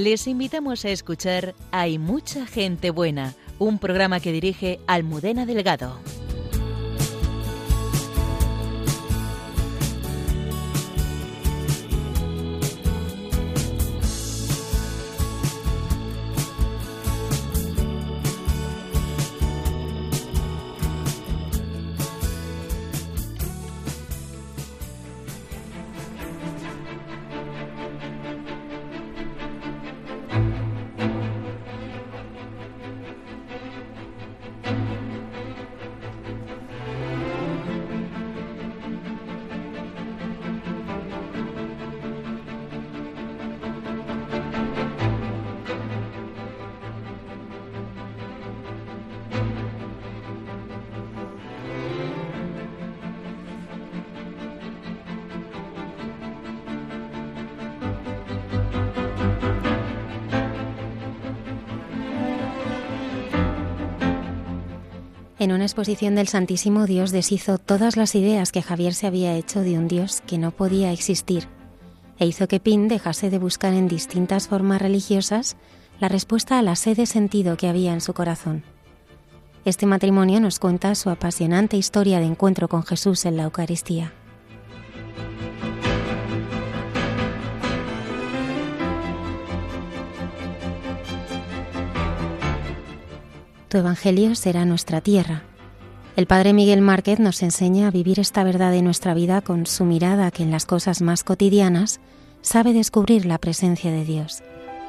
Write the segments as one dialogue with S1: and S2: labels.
S1: Les invitamos a escuchar Hay mucha gente buena, un programa que dirige Almudena Delgado.
S2: En una exposición del Santísimo, Dios deshizo todas las ideas que Javier se había hecho de un Dios que no podía existir e hizo que Pin dejase de buscar en distintas formas religiosas la respuesta a la sed de sentido que había en su corazón. Este matrimonio nos cuenta su apasionante historia de encuentro con Jesús en la Eucaristía. Tu Evangelio será nuestra tierra. El Padre Miguel Márquez nos enseña a vivir esta verdad de nuestra vida con su mirada que en las cosas más cotidianas sabe descubrir la presencia de Dios.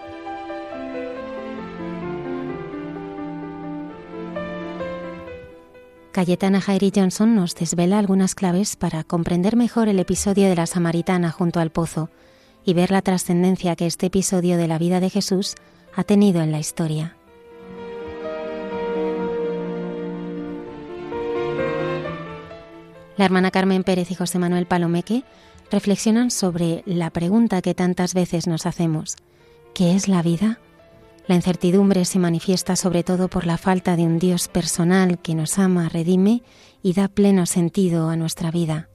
S2: Cayetana Jairi Johnson nos desvela algunas claves para comprender mejor el episodio de la Samaritana junto al pozo y ver la trascendencia que este episodio de la vida de Jesús ha tenido en la historia. La hermana Carmen Pérez y José Manuel Palomeque reflexionan sobre la pregunta que tantas veces nos hacemos: ¿qué es la vida? La incertidumbre se manifiesta sobre todo por la falta de un Dios personal que nos ama, redime y da pleno sentido a nuestra vida.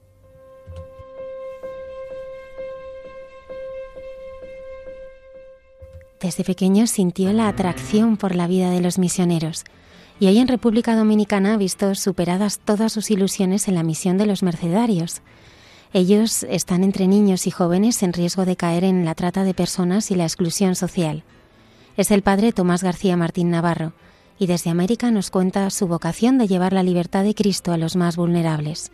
S2: Desde pequeño sintió la atracción por la vida de los misioneros y hoy en República Dominicana ha visto superadas todas sus ilusiones en la misión de los mercedarios. Ellos están entre niños y jóvenes en riesgo de caer en la trata de personas y la exclusión social. Es el padre Tomás García Martín Navarro y desde América nos cuenta su vocación de llevar la libertad de Cristo a los más vulnerables.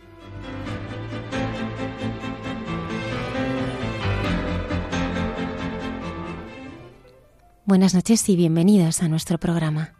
S2: Buenas noches y bienvenidos a nuestro programa.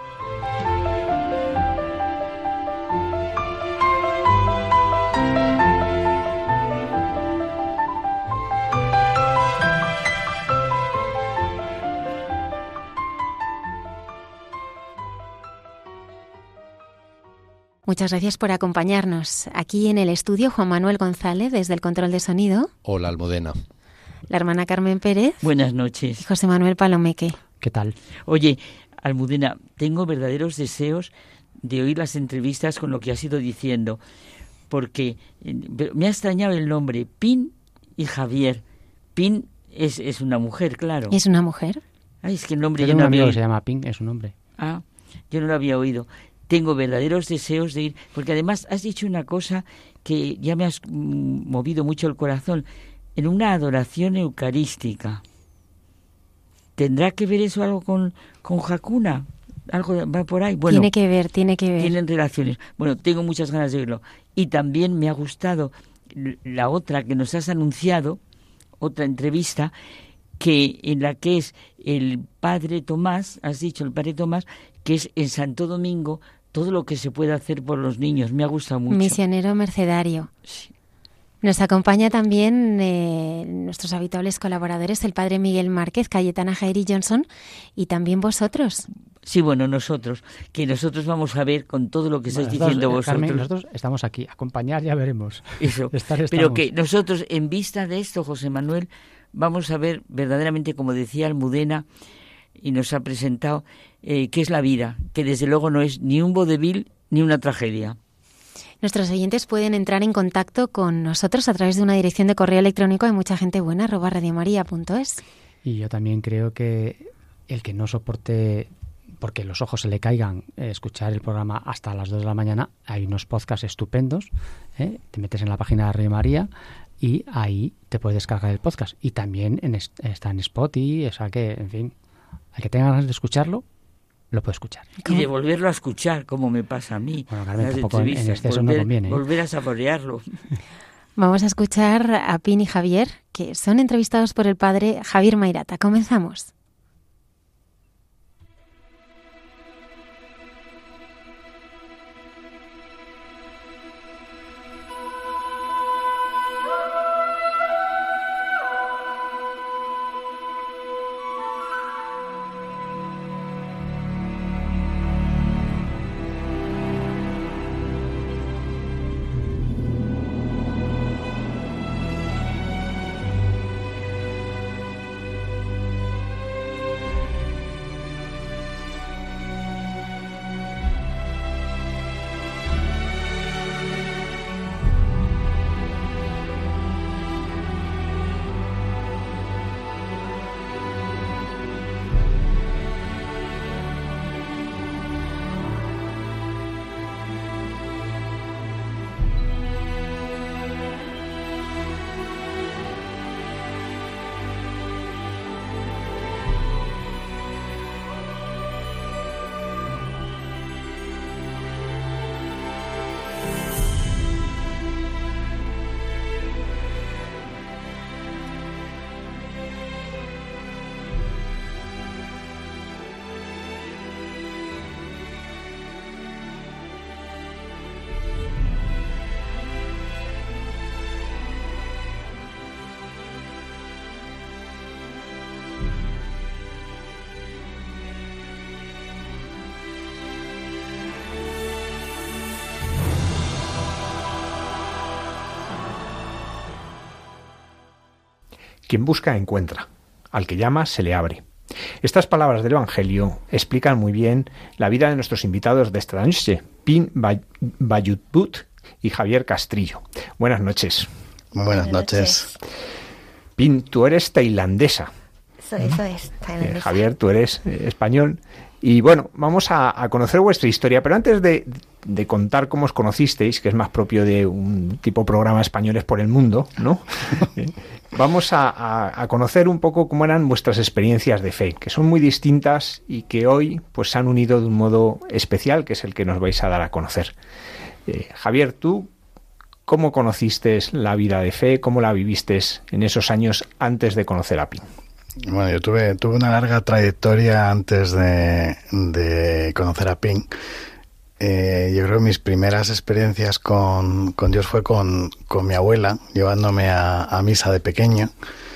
S2: Muchas gracias por acompañarnos. Aquí en el estudio, Juan Manuel González, desde el control de sonido.
S3: Hola, Almudena.
S2: La hermana Carmen Pérez.
S4: Buenas noches.
S2: Y José Manuel Palomeque.
S5: ¿Qué tal?
S4: Oye, Almudena, tengo verdaderos deseos de oír las entrevistas con lo que has ido diciendo, porque me ha extrañado el nombre, Pin y Javier. Pin es una mujer, claro.
S2: ¿Es una mujer?
S4: Ay, es que el nombre
S5: Yo
S4: yo
S5: tengo
S4: no
S5: un amigo
S4: había
S5: que se llama Pin, es su nombre.
S4: Ah, yo no lo había oído. Tengo verdaderos deseos de ir, porque además has dicho una cosa que ya me has movido mucho el corazón, en una adoración eucarística. ¿Tendrá que ver eso algo con Hakuna? ¿Algo va por ahí? Bueno,
S2: tiene que ver.
S4: Tienen relaciones. Bueno, tengo muchas ganas de verlo. Y también me ha gustado la otra que nos has anunciado, otra entrevista, en la que es el Padre Tomás, has dicho el Padre Tomás, que es en Santo Domingo, todo lo que se puede hacer por los niños. Me ha gustado mucho.
S2: Misionero mercedario.
S4: Sí.
S2: Nos acompaña también nuestros habituales colaboradores, el padre Miguel Márquez, Cayetana Jairi Johnson y también vosotros.
S4: Sí, bueno, nosotros vamos a ver con todo lo que estáis diciendo vosotros.
S5: Carmen, nosotros estamos aquí, acompañar ya veremos.
S4: Eso, pero que nosotros, en vista de esto, José Manuel, vamos a ver verdaderamente, como decía Almudena, y nos ha presentado, qué es la vida, que desde luego no es ni un vodevil ni una tragedia.
S2: Nuestros oyentes pueden entrar en contacto con nosotros a través de una dirección de correo electrónico de muchagentbuena@radiomaria.es.
S5: Y yo también creo que el que no soporte, porque los ojos se le caigan, escuchar el programa hasta las 2 de la mañana, hay unos podcasts estupendos, te metes en la página de Radio María y ahí te puedes descargar el podcast. Y también está en Spotify, o sea que, en fin, al que tenga ganas de escucharlo, lo puede escuchar.
S4: Y de volverlo a escuchar, como me pasa a mí.
S5: Bueno, Carmen, tampoco en exceso no conviene.
S4: Volver a saborearlo.
S2: Vamos a escuchar a Pin y Javier, que son entrevistados por el padre Javier Mairata. Comenzamos.
S3: Quien busca, encuentra. Al que llama, se le abre. Estas palabras del Evangelio explican muy bien la vida de nuestros invitados de esta noche, Pin Bayutput y Javier Castrillo. Buenas noches.
S6: Buenas noches.
S3: Pin, tú eres tailandesa.
S7: Eso es, tailandesa.
S3: Javier, tú eres español. Y bueno, vamos a conocer vuestra historia, pero antes de contar cómo os conocisteis, que es más propio de un tipo programa Españoles por el Mundo, ¿no? Vamos a conocer un poco cómo eran vuestras experiencias de fe, que son muy distintas y que hoy pues se han unido de un modo especial, que es el que nos vais a dar a conocer. Javier, ¿tú cómo conociste la vida de fe? ¿Cómo la viviste en esos años antes de conocer a Pin?
S6: Bueno, yo tuve una larga trayectoria antes de conocer a Pin. Yo creo que mis primeras experiencias con Dios fue con mi abuela, llevándome a misa de pequeño.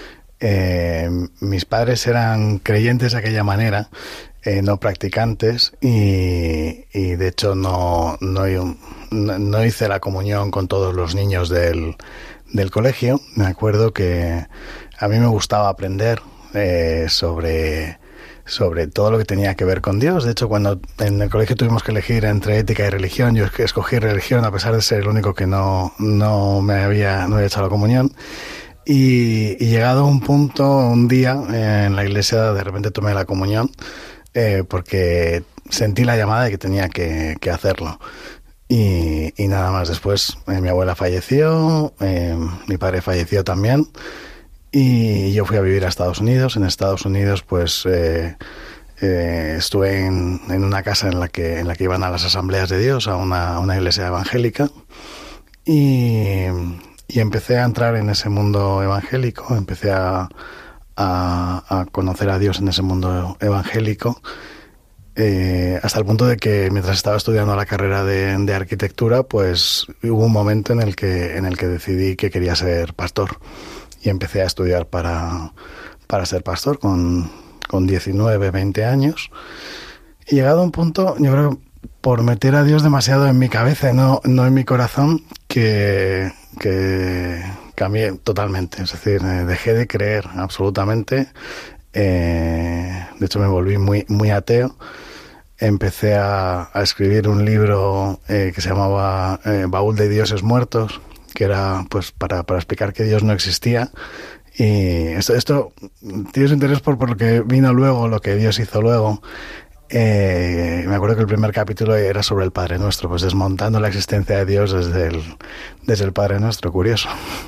S6: Mis padres eran creyentes de aquella manera, no practicantes, y de hecho no hice la comunión con todos los niños del colegio. Me acuerdo que a mí me gustaba aprender sobre todo lo que tenía que ver con Dios. De hecho, cuando en el colegio tuvimos que elegir entre ética y religión, yo escogí religión a pesar de ser el único que no había hecho la comunión. Y llegado a un punto, un día en la iglesia, de repente tomé la comunión porque sentí la llamada de que tenía que hacerlo. Y nada más. Después mi abuela falleció, mi padre falleció también. Y yo fui a vivir a Estados Unidos. En Estados Unidos, pues estuve en una casa en la que iban a las asambleas de Dios, a una iglesia evangélica, y empecé a entrar en ese mundo evangélico. Empecé a conocer a Dios en ese mundo evangélico, hasta el punto de que mientras estaba estudiando la carrera de arquitectura, pues hubo un momento en el que decidí que quería ser pastor. Y empecé a estudiar para ser pastor con 19, 20 años. Y llegado a un punto, yo creo, por meter a Dios demasiado en mi cabeza, no en mi corazón, que cambié totalmente. Es decir, dejé de creer absolutamente. De hecho, me volví muy, muy ateo. Empecé a escribir un libro que se llamaba Baúl de Dioses Muertos, que era pues para explicar que Dios no existía, Y esto tiene su interés por lo que vino luego, lo que Dios hizo luego. Me acuerdo que el primer capítulo era sobre el Padre Nuestro, pues desmontando la existencia de Dios desde el Padre Nuestro, curioso.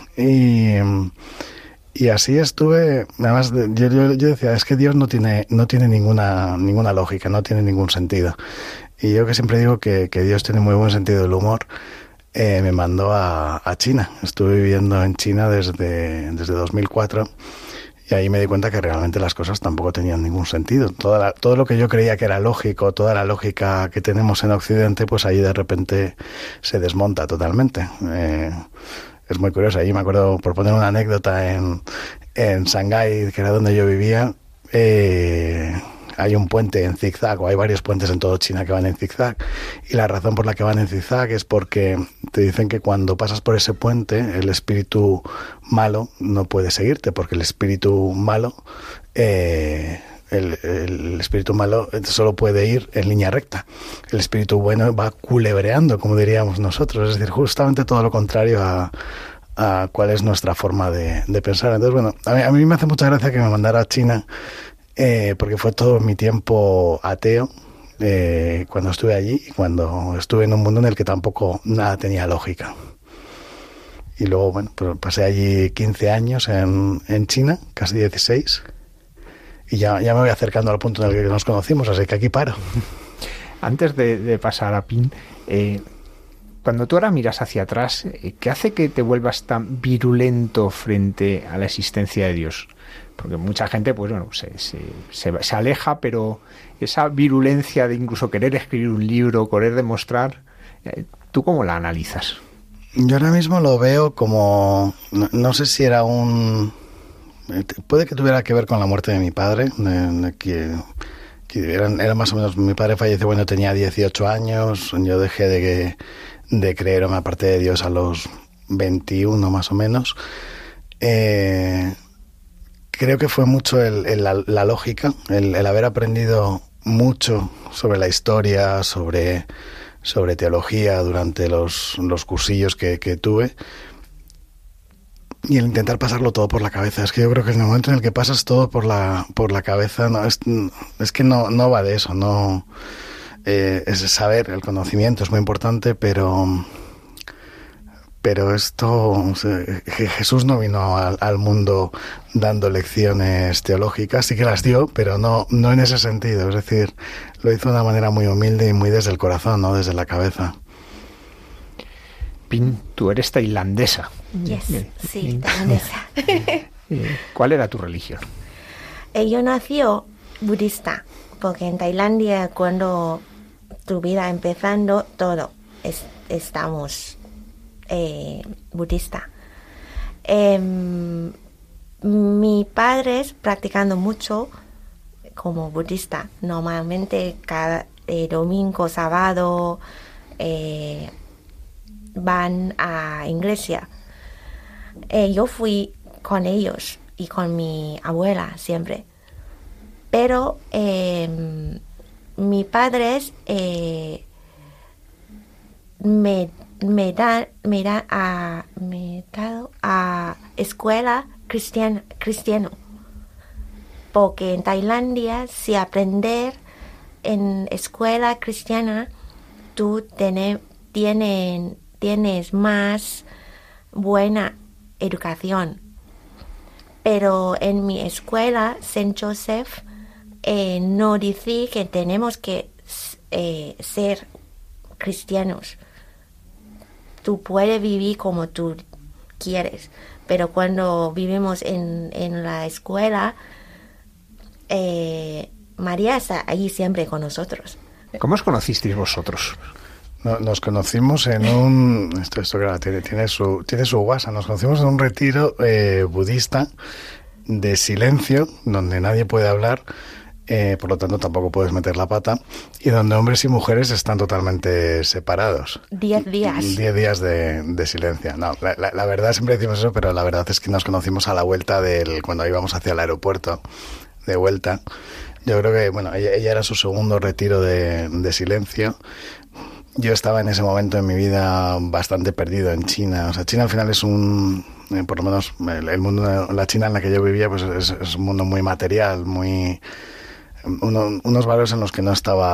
S6: Y así estuve. Además, yo decía, es que Dios no tiene ninguna lógica, no tiene ningún sentido. Y yo que siempre digo que Dios tiene muy buen sentido del humor, me mandó a China. Estuve viviendo en China desde 2004 y ahí me di cuenta que realmente las cosas tampoco tenían ningún sentido. Todo lo que yo creía que era lógico, toda la lógica que tenemos en Occidente, pues ahí de repente se desmonta totalmente. Es muy curioso. Ahí me acuerdo, por poner una anécdota, en Shanghái, que era donde yo vivía, hay un puente en zigzag, o hay varios puentes en todo China que van en zigzag, y la razón por la que van en zigzag es porque te dicen que cuando pasas por ese puente, el espíritu malo no puede seguirte, porque el espíritu malo el espíritu malo solo puede ir en línea recta. El espíritu bueno va culebreando, como diríamos nosotros, es decir, justamente todo lo contrario a cuál es nuestra forma de pensar. Entonces, bueno, a mí me hace mucha gracia que me mandara a China, porque fue todo mi tiempo ateo, cuando estuve allí y cuando estuve en un mundo en el que tampoco nada tenía lógica. Y luego, bueno, pues pasé allí 15 años en China, casi 16, y ya me voy acercando al punto en el que nos conocimos, así que aquí paro.
S3: Antes de pasar a Pin, cuando tú ahora miras hacia atrás, ¿qué hace que te vuelvas tan virulento frente a la existencia de Dios? Porque mucha gente, pues bueno, se aleja, pero esa virulencia de incluso querer escribir un libro, querer demostrar, ¿tú cómo la analizas?
S6: Yo ahora mismo lo veo como, no sé si era puede que tuviera que ver con la muerte de mi padre, que era más o menos, mi padre falleció cuando tenía 18 años, yo dejé de creer en la parte de Dios a los 21 más o menos. Creo que fue mucho la lógica, el haber aprendido mucho sobre la historia, sobre teología durante los cursillos que tuve, y el intentar pasarlo todo por la cabeza. Es que yo creo que en el momento en el que pasas todo por la cabeza, es que no va de eso, no es saber, el conocimiento es muy importante, pero esto, Jesús no vino al mundo dando lecciones teológicas, sí que las dio, pero no en ese sentido. Es decir, lo hizo de una manera muy humilde y muy desde el corazón, no desde la cabeza.
S3: Pin, tú eres tailandesa.
S7: Yes, sí, tailandesa.
S3: ¿Cuál era tu religión?
S7: Yo nací budista, porque en Tailandia, cuando tu vida empezando, todo estamos budista. Mi padre es practicando mucho como budista. Normalmente cada domingo, sábado, van a iglesia. Yo fui con ellos y con mi abuela siempre. Pero mi padre me da a escuela cristiano, porque en Tailandia, si aprender en escuela cristiana, tú tienes más buena educación. Pero en mi escuela, St. Joseph, no dice que tenemos que ser cristianos. Tú puedes vivir como tú quieres, pero cuando vivimos en la escuela, María está ahí siempre con nosotros.
S3: ¿Cómo os conocisteis vosotros?
S6: Nos conocimos en un... Esto claro, tiene su guasa. Nos conocimos en un retiro budista de silencio, donde nadie puede hablar, por lo tanto tampoco puedes meter la pata, y donde hombres y mujeres están totalmente separados.
S7: 10 días.
S6: 10 días de silencio. No, la verdad, siempre decimos eso, pero la verdad es que nos conocimos a la vuelta cuando íbamos hacia el aeropuerto, de vuelta. Yo creo que, bueno, ella era su segundo retiro de silencio. yo estaba en ese momento en mi vida bastante perdido en China. O sea, China al final es por lo menos el mundo, la China en la que yo vivía, pues es un mundo muy material, unos valores en los que no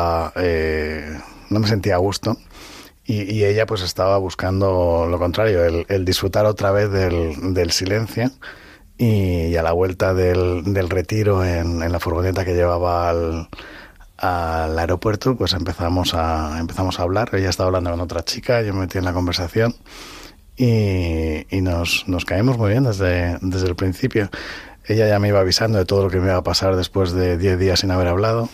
S6: me sentía a gusto. Y ella pues estaba buscando lo contrario, el disfrutar otra vez del silencio. Y a la vuelta del retiro en la furgoneta que llevaba al aeropuerto, pues empezamos a hablar. Ella estaba hablando con otra chica, yo me metí en la conversación y nos caímos muy bien desde el principio. Ella ya me iba avisando de todo lo que me iba a pasar después de 10 días sin haber hablado.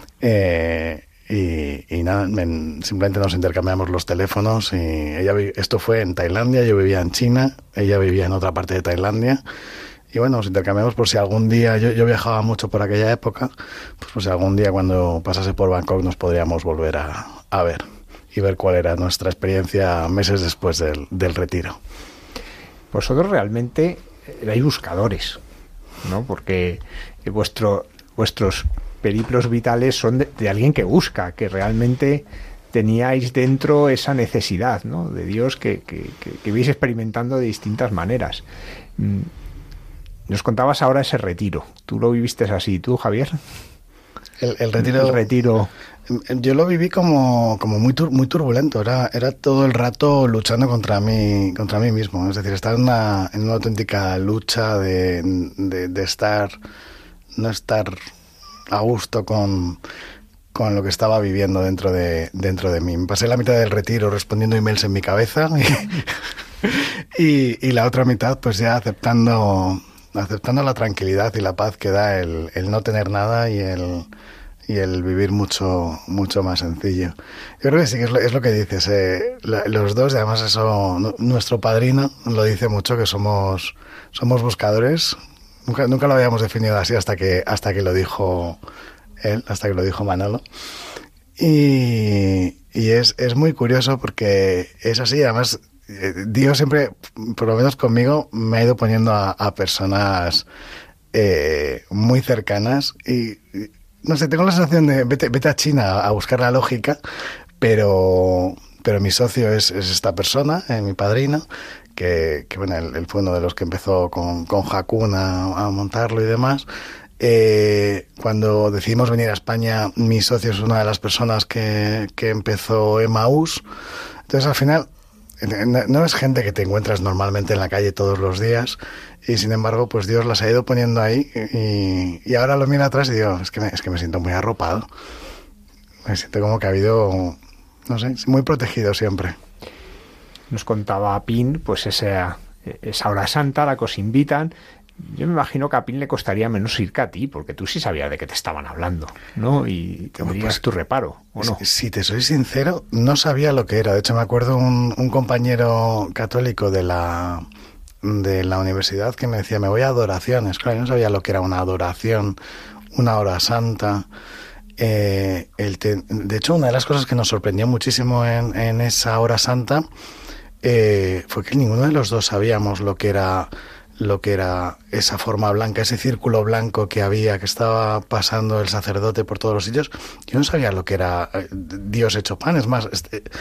S6: Y nada, simplemente nos intercambiamos los teléfonos. Y esto fue en Tailandia, yo vivía en China, ella vivía en otra parte de Tailandia. Y bueno, nos intercambiamos por si algún día, yo viajaba mucho por aquella época, pues por si algún día cuando pasase por Bangkok nos podríamos volver a ver y ver cuál era nuestra experiencia meses después del retiro.
S3: Vosotros realmente erais buscadores, ¿no? Porque vuestros periplos vitales son de alguien que busca, que realmente teníais dentro esa necesidad, ¿no? De Dios que ibais experimentando de distintas maneras. Nos contabas ahora ese retiro. ¿Tú lo viviste así? ¿Tú, Javier?
S6: El retiro. Yo lo viví como muy turbulento. Era todo el rato luchando contra mí mismo. Es decir, estaba en una auténtica lucha de no estar a gusto con lo que estaba viviendo dentro de mí. Me pasé la mitad del retiro respondiendo emails en mi cabeza y la otra mitad pues ya aceptando la tranquilidad y la paz que da el no tener nada y el vivir mucho más sencillo. Yo creo que sí que es lo que dices. Los dos, y además eso, nuestro padrino lo dice mucho, que somos buscadores. Nunca lo habíamos definido así hasta que lo dijo él, hasta que lo dijo Manolo. Y es muy curioso porque es así. Además, Dios siempre, por lo menos conmigo, me ha ido poniendo a personas muy cercanas y no sé, tengo la sensación de vete a China a buscar la lógica, pero mi socio es esta persona, mi padrino, que bueno, él fue uno de los que empezó con Hakun a montarlo y demás. Cuando decidimos venir a España, mi socio es una de las personas que empezó Emmaús. Entonces, al final, no es gente que te encuentras normalmente en la calle todos los días y sin embargo pues Dios las ha ido poniendo ahí y ahora lo miro atrás y digo, es que me siento muy arropado, me siento como que ha habido, no sé, muy protegido siempre.
S3: Nos contaba Pin pues esa hora santa a la que os invitan. Yo me imagino que a Pin le costaría menos ir que a ti, porque tú sí sabías de qué te estaban hablando, ¿no? Y tendrías pues, tu reparo, ¿o no?
S6: Si te soy sincero, no sabía lo que era. De hecho, me acuerdo un compañero católico de la universidad que me decía, me voy a adoraciones. Claro, yo no sabía lo que era una adoración, una hora santa. De hecho, una de las cosas que nos sorprendió muchísimo en esa hora santa fue que ninguno de los dos sabíamos lo que era esa forma blanca, ese círculo blanco que estaba pasando el sacerdote por todos los sitios. Yo no sabía lo que era Dios hecho pan. Es más,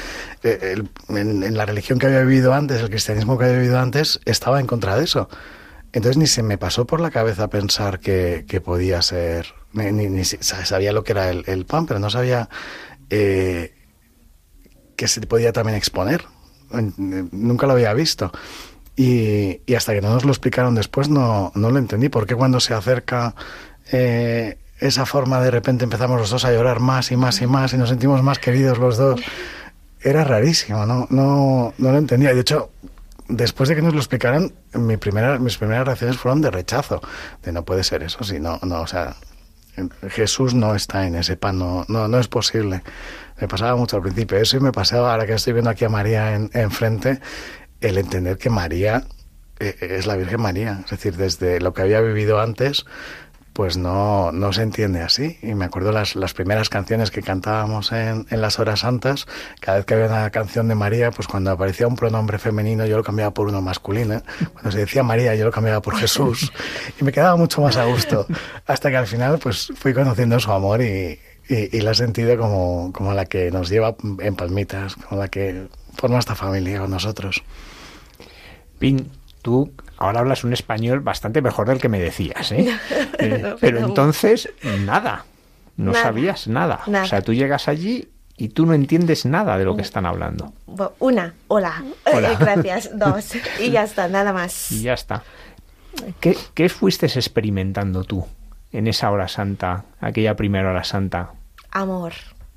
S6: en la religión que había vivido antes, el cristianismo que había vivido antes, estaba en contra de eso. Entonces ni se me pasó por la cabeza pensar que podía ser, ni sabía lo que era el pan, pero no sabía que se podía también exponer. Nunca lo había visto. Y hasta que no nos lo explicaron después no lo entendí. ¿Por qué cuando se acerca esa forma de repente empezamos los dos a llorar más y más y más y nos sentimos más queridos los dos? Era rarísimo, no lo entendía. De hecho, después de que nos lo explicaron, mis primeras reacciones fueron de rechazo. De no puede ser eso, si no, o sea, Jesús no está en ese pan, no es posible. Me pasaba mucho al principio eso y me pasaba, ahora que estoy viendo aquí a María enfrente, el entender que María es la Virgen María, es decir, desde lo que había vivido antes, pues no se entiende así. Y me acuerdo las primeras canciones que cantábamos en las horas santas, cada vez que había una canción de María, pues cuando aparecía un pronombre femenino yo lo cambiaba por uno masculino. Cuando se decía María yo lo cambiaba por Jesús y me quedaba mucho más a gusto. Hasta que al final pues fui conociendo su amor y la he sentido como la que nos lleva en palmitas, como la que forma esta familia con nosotros.
S3: Pin, tú ahora hablas un español bastante mejor del que me decías, ¿eh? Pero entonces, nada. No sabías nada. O sea, tú llegas allí y tú no entiendes nada de lo que están hablando.
S7: Hola. Gracias, 2. Y ya está, nada más.
S3: Y ya está. ¿Qué fuiste experimentando tú en esa hora santa, aquella primera hora santa?
S7: Amor.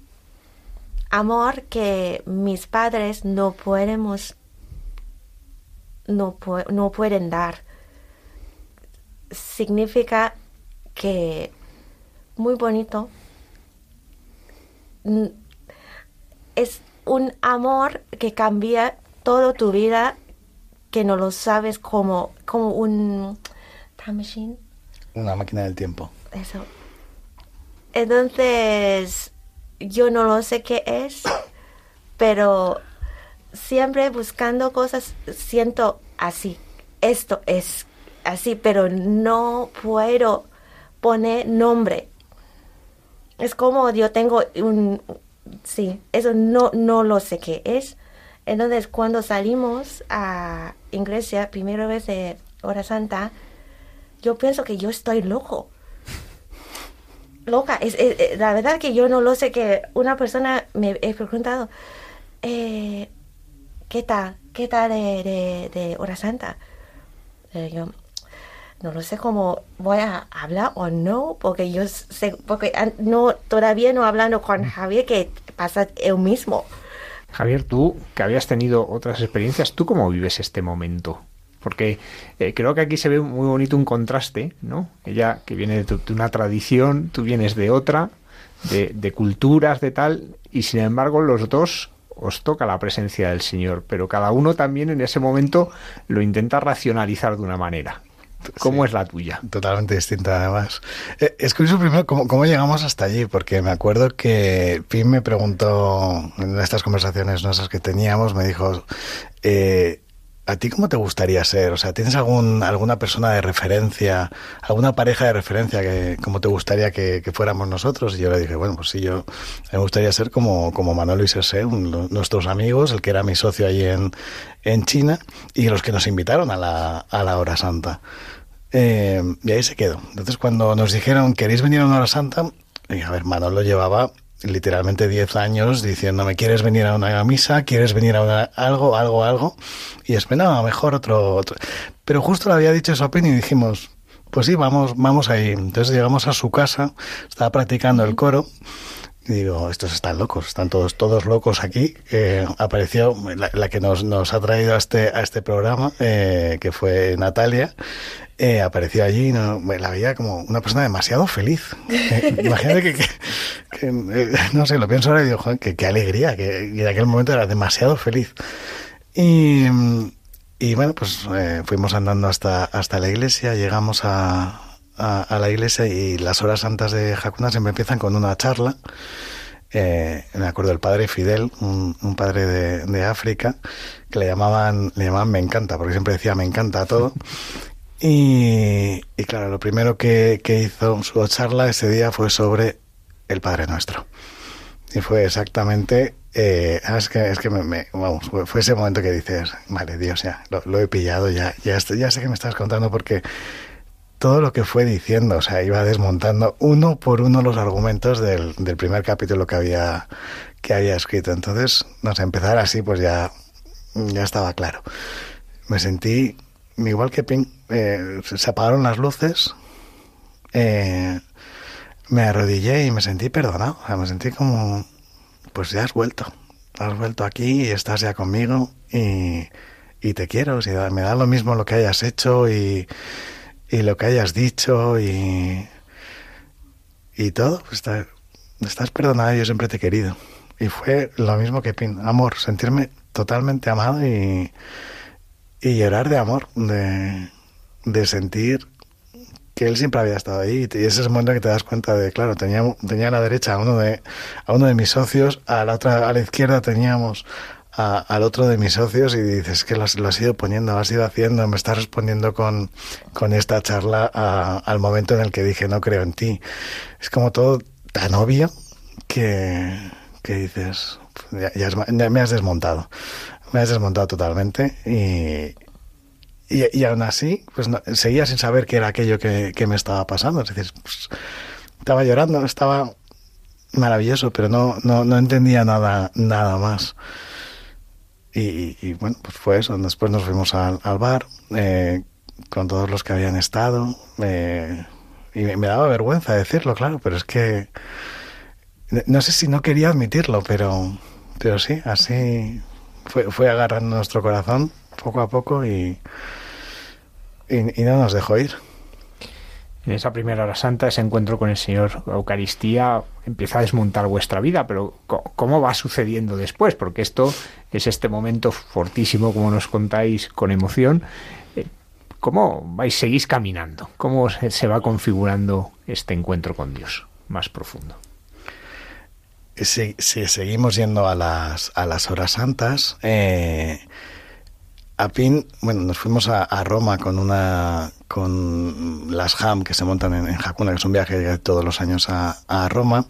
S7: Amor que mis padres no pueden dar. Significa que muy bonito. Es un amor que cambia toda tu vida, que no lo sabes, como un time machine.
S6: Una máquina del tiempo.
S7: Eso. Entonces, yo no lo sé qué es, pero siempre buscando cosas, siento así. Esto es así, pero no puedo poner nombre. Es como yo tengo sí, eso no lo sé qué es. Entonces, cuando salimos a Grecia, primera vez de Hora Santa, yo pienso que yo estoy loca. La verdad que yo no lo sé, que una persona me he preguntado, ¿qué tal de Hora Santa? Yo no lo sé cómo voy a hablar o no, porque yo sé, porque todavía no hablando con Javier, que pasa el mismo.
S3: Javier, tú que habías tenido otras experiencias, ¿tú cómo vives este momento? Porque creo que aquí se ve muy bonito un contraste, ¿no? Ella que viene de una tradición, tú vienes de otra, de culturas, de tal, y sin embargo los dos os toca la presencia del Señor, pero cada uno también en ese momento lo intenta racionalizar de una manera. ¿Cómo es la tuya?
S6: Totalmente distinta, además. Es curioso primero cómo llegamos hasta allí, porque me acuerdo que Pim me preguntó en estas conversaciones nuestras que teníamos, me dijo, ¿a ti cómo te gustaría ser? O sea, ¿tienes alguna persona de referencia, alguna pareja de referencia que cómo te gustaría que fuéramos nosotros? Y yo le dije, bueno, pues sí, me gustaría ser como Manolo y Serse, nuestros amigos, el que era mi socio allí en China, y los que nos invitaron a la Hora Santa. Y ahí se quedó. Entonces, cuando nos dijeron, ¿queréis venir a una Hora Santa? Y a ver, Manolo llevaba literalmente 10 años diciéndome, ¿quieres venir a una misa? ¿Quieres venir a algo? Y esperaba mejor otro. Pero justo le había dicho eso a Penny y dijimos, pues sí, vamos ahí. Entonces llegamos a su casa, estaba practicando el coro y digo, estos están locos, están todos locos aquí. Apareció la que nos ha traído a este programa, que fue Natalia. Apareció allí, la veía como una persona demasiado feliz. Imagínate que no sé, lo pienso ahora y digo, joder, qué alegría, que en aquel momento era demasiado feliz. Y bueno, pues fuimos andando hasta la iglesia, llegamos a la iglesia y las horas santas de Hakuna siempre empiezan con una charla. Me acuerdo del padre Fidel, un padre de África, que le llamaban Me encanta, porque siempre decía me encanta todo. Y claro, lo primero que hizo su charla ese día fue sobre el Padre Nuestro. Y fue exactamente, fue ese momento que dices, vale, Dios, ya, lo he pillado, ya sé que me estás contando, porque todo lo que fue diciendo, o sea, iba desmontando uno por uno los argumentos del primer capítulo que había escrito. Entonces, no sé, empezar así, pues ya estaba claro. Me sentí igual que Pink, se apagaron las luces, me arrodillé y me sentí perdonado. O sea, me sentí como, pues ya has vuelto aquí y estás ya conmigo y te quiero. O sea, me da lo mismo lo que hayas hecho y lo que hayas dicho y todo. Pues estás perdonado y yo siempre te he querido. Y fue lo mismo que Pin, amor, sentirme totalmente amado y llorar de amor, de sentir él siempre había estado ahí, y ese es el momento que te das cuenta de, claro, tenía a la derecha a uno de mis socios, a la izquierda teníamos al otro de mis socios, y dices que lo has ido poniendo, lo has ido haciendo, me estás respondiendo con esta charla al momento en el que dije no creo en ti. Es como todo tan obvio que dices, ya me has desmontado totalmente, y aún así pues no, seguía sin saber qué era aquello que me estaba pasando. Es decir, pues, estaba llorando, estaba maravilloso, pero no entendía nada más. Y bueno, pues fue eso. Después nos fuimos al bar con todos los que habían estado, y me daba vergüenza decirlo, claro, pero es que no sé si no quería admitirlo, pero sí, así fue agarrando nuestro corazón poco a poco, y no nos dejó ir.
S3: En esa primera hora santa, ese encuentro con el Señor, la Eucaristía, empieza a desmontar vuestra vida, pero ¿cómo va sucediendo después? Porque esto es este momento fortísimo, como nos contáis con emoción. ¿Cómo seguís caminando? ¿Cómo se va configurando este encuentro con Dios más profundo?
S6: Sí, seguimos yendo a las horas santas. A Pin, bueno, nos fuimos a Roma con las HAM que se montan en Hakuna, que es un viaje todos los años a Roma.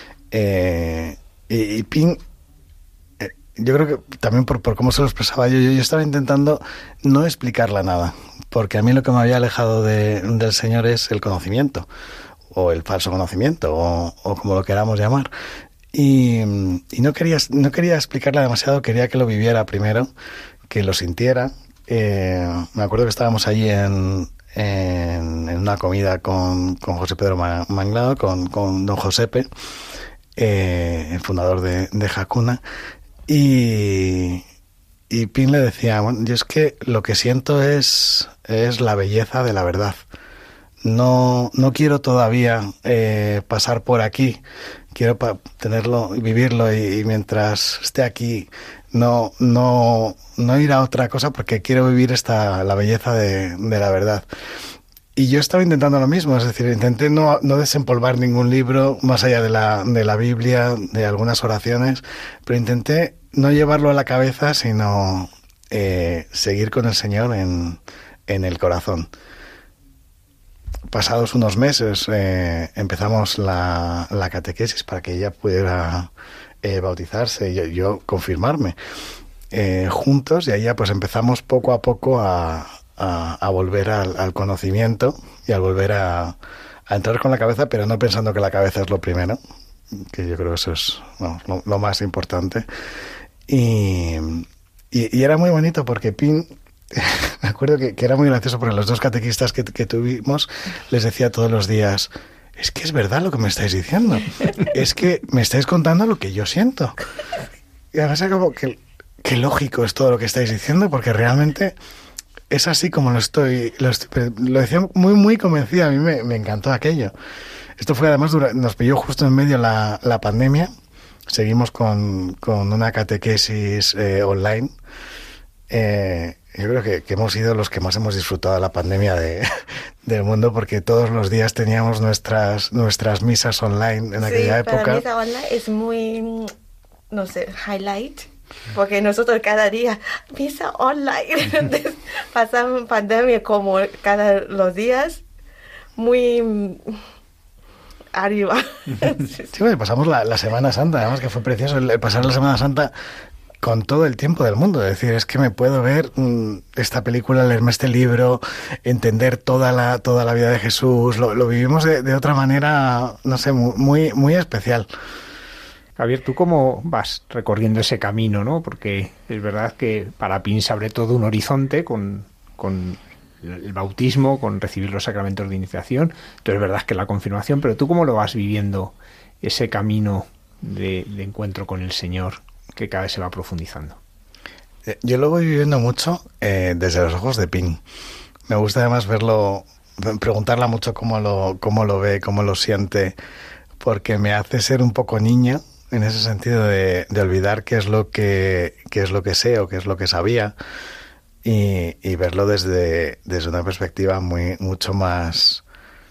S6: Y Pin, yo creo que también por cómo se lo expresaba yo estaba intentando no explicarla nada, porque a mí lo que me había alejado del Señor es el conocimiento, o el falso conocimiento, o como lo queramos llamar. Y no quería explicarla demasiado, quería que lo viviera primero, que lo sintiera. Me acuerdo que estábamos allí en una comida con José Pedro Manglado, con don Josepe, el fundador de Hakuna, y Pin le decía, bueno, yo es que lo que siento es la belleza de la verdad. No quiero todavía pasar por aquí, quiero tenerlo y vivirlo, y mientras esté aquí no ir a otra cosa, porque quiero vivir la belleza de la verdad. Y yo estaba intentando lo mismo, es decir, intenté no desempolvar ningún libro más allá de la Biblia, de algunas oraciones, pero intenté no llevarlo a la cabeza, sino seguir con el Señor en el corazón. Pasados unos meses empezamos la catequesis para que ella pudiera bautizarse y yo confirmarme juntos, y ahí ya pues empezamos poco a poco a volver al conocimiento, y a volver a entrar con la cabeza, pero no pensando que la cabeza es lo primero, que yo creo que eso es lo más importante. Y era muy bonito porque Pin, me acuerdo que era muy gracioso, porque los dos catequistas que tuvimos les decía todos los días, es que es verdad lo que me estáis diciendo, es que me estáis contando lo que yo siento. Y además es como que lógico es todo lo que estáis diciendo, porque realmente es así como lo decía muy muy convencida. A mí me encantó aquello. Esto fue además, nos pilló justo en medio la pandemia. Seguimos con una catequesis online. Yo creo que hemos sido los que más hemos disfrutado de la pandemia del mundo, porque todos los días teníamos nuestras misas online en aquella época.
S7: Para misa online es muy, no sé, highlight, porque nosotros cada día misa online, pasamos pandemia como cada los días, muy arriba.
S6: Sí, bueno, pasamos la Semana Santa, además que fue precioso el pasar la Semana Santa con todo el tiempo del mundo. Es decir, es que me puedo ver esta película, leerme este libro, entender toda la vida de Jesús. Lo vivimos de otra manera, no sé, muy, muy especial.
S3: Javier, ¿tú cómo vas recorriendo ese camino, no? Porque es verdad que para Pin se abre todo un horizonte con el bautismo, con recibir los sacramentos de iniciación. Entonces es verdad que la confirmación, pero ¿tú cómo lo vas viviendo, ese camino de encuentro con el Señor, que cada vez se va profundizando?
S6: Yo lo voy viviendo mucho desde los ojos de Pin. Me gusta además verlo, preguntarle mucho cómo lo ve, cómo lo siente, porque me hace ser un poco niña, en ese sentido de olvidar qué es lo que sé o qué es lo que sabía, y verlo desde una perspectiva mucho más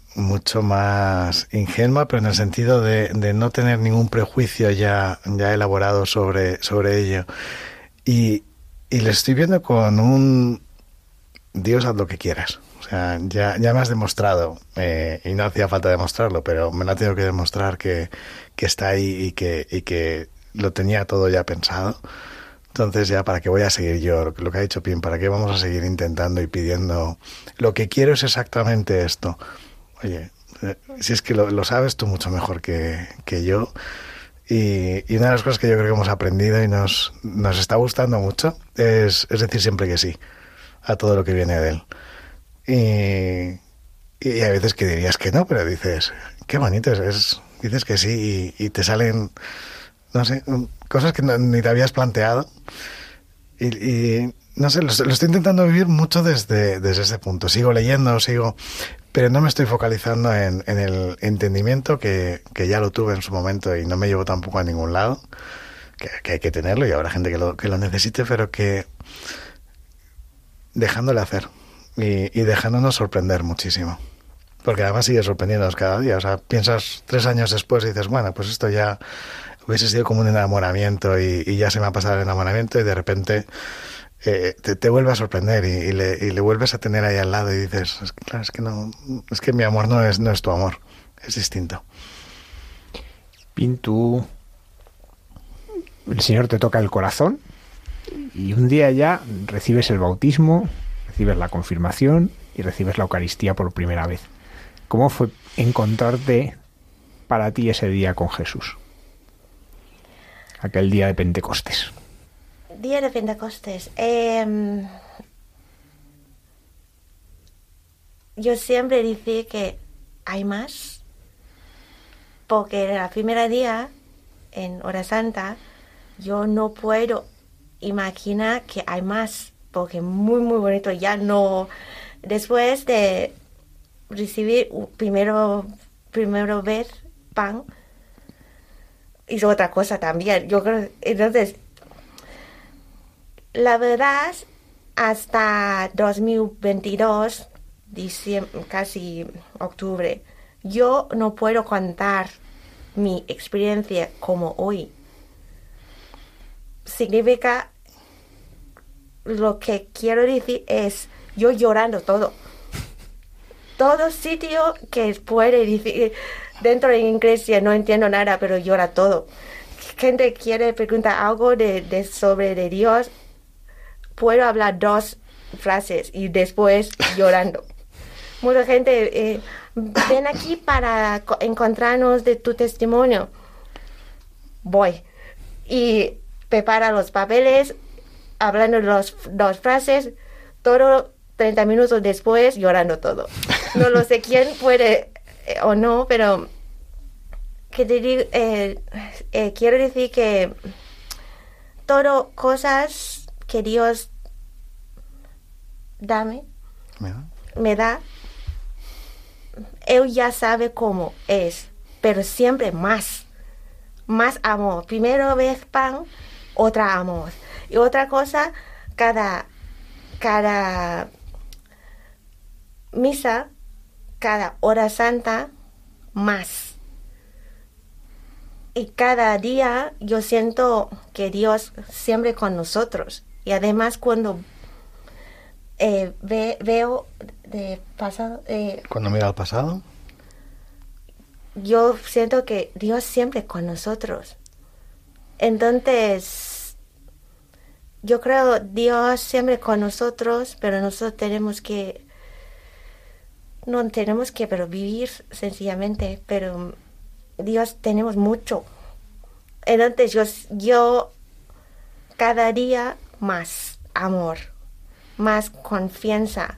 S6: mucho más ingenua, pero en el sentido de no tener ningún prejuicio ya elaborado sobre ello. Y le estoy viendo con un Dios, haz lo que quieras. O sea, ya me has demostrado, y no hacía falta demostrarlo, pero me lo ha tenido que demostrar que está ahí y que lo tenía todo ya pensado. Entonces ya, ¿para qué voy a seguir yo? Lo que ha dicho Pim, ¿para qué vamos a seguir intentando y pidiendo? Lo que quiero es exactamente esto. Oye, si es que lo sabes tú mucho mejor que yo. Y una de las cosas que yo creo que hemos aprendido y nos está gustando mucho es decir siempre que sí a todo lo que viene de él. Y hay veces que dirías que no, pero dices, qué bonito dices que sí y te salen, no sé, cosas que ni te habías planteado. Y no sé, lo estoy intentando vivir mucho desde ese punto. Sigo leyendo, pero no me estoy focalizando en el entendimiento que ya lo tuve en su momento y no me llevo tampoco a ningún lado, que hay que tenerlo y habrá gente que lo necesite, pero que dejándole hacer y dejándonos sorprender muchísimo. Porque además sigue sorprendiéndonos cada día. O sea, piensas 3 años después y dices, bueno, pues esto ya hubiese sido como un enamoramiento y ya se me ha pasado el enamoramiento y de repente te vuelve a sorprender y le vuelves a tener ahí al lado y dices, claro, es que mi amor no es tu amor, es distinto.
S3: Pintu, el Señor te toca el corazón y un día ya recibes el bautismo, recibes la confirmación y recibes la Eucaristía por primera vez. ¿Cómo fue encontrarte para ti ese día con Jesús? Aquel día de Pentecostés.
S7: Día de Pentecostés. Yo siempre dije que hay más, porque el primer día en Hora Santa yo no puedo imaginar que hay más, porque muy muy bonito. Ya no, después de recibir primero ver pan, hizo otra cosa también. Yo creo, entonces, la verdad, hasta 2022, diciembre, casi octubre, yo no puedo contar mi experiencia como hoy. Significa, lo que quiero decir es, yo llorando todo sitio que puede decir, dentro de iglesia no entiendo nada, pero llora todo. Gente quiere preguntar algo sobre de Dios, puedo hablar 2 frases y después llorando. Mucha gente, ven aquí para encontrarnos de tu testimonio. Voy. Y prepara los papeles, hablando las 2 frases, todo 30 minutos después llorando todo. No lo sé quién puede o no, pero que te digo, quiero decir que todo cosas que Dios me da, Él ya sabe cómo es, pero siempre más amor. Primero vez pan, otra amor. Y otra cosa, cada misa, cada hora santa, más. Y cada día yo siento que Dios siempre con nosotros. Y además cuando veo de pasado...
S6: cuando miro al pasado,
S7: yo siento que Dios siempre con nosotros. Entonces, yo creo Dios siempre con nosotros, pero nosotros pero vivir sencillamente, pero Dios tenemos mucho. Entonces yo cada día más amor, más confianza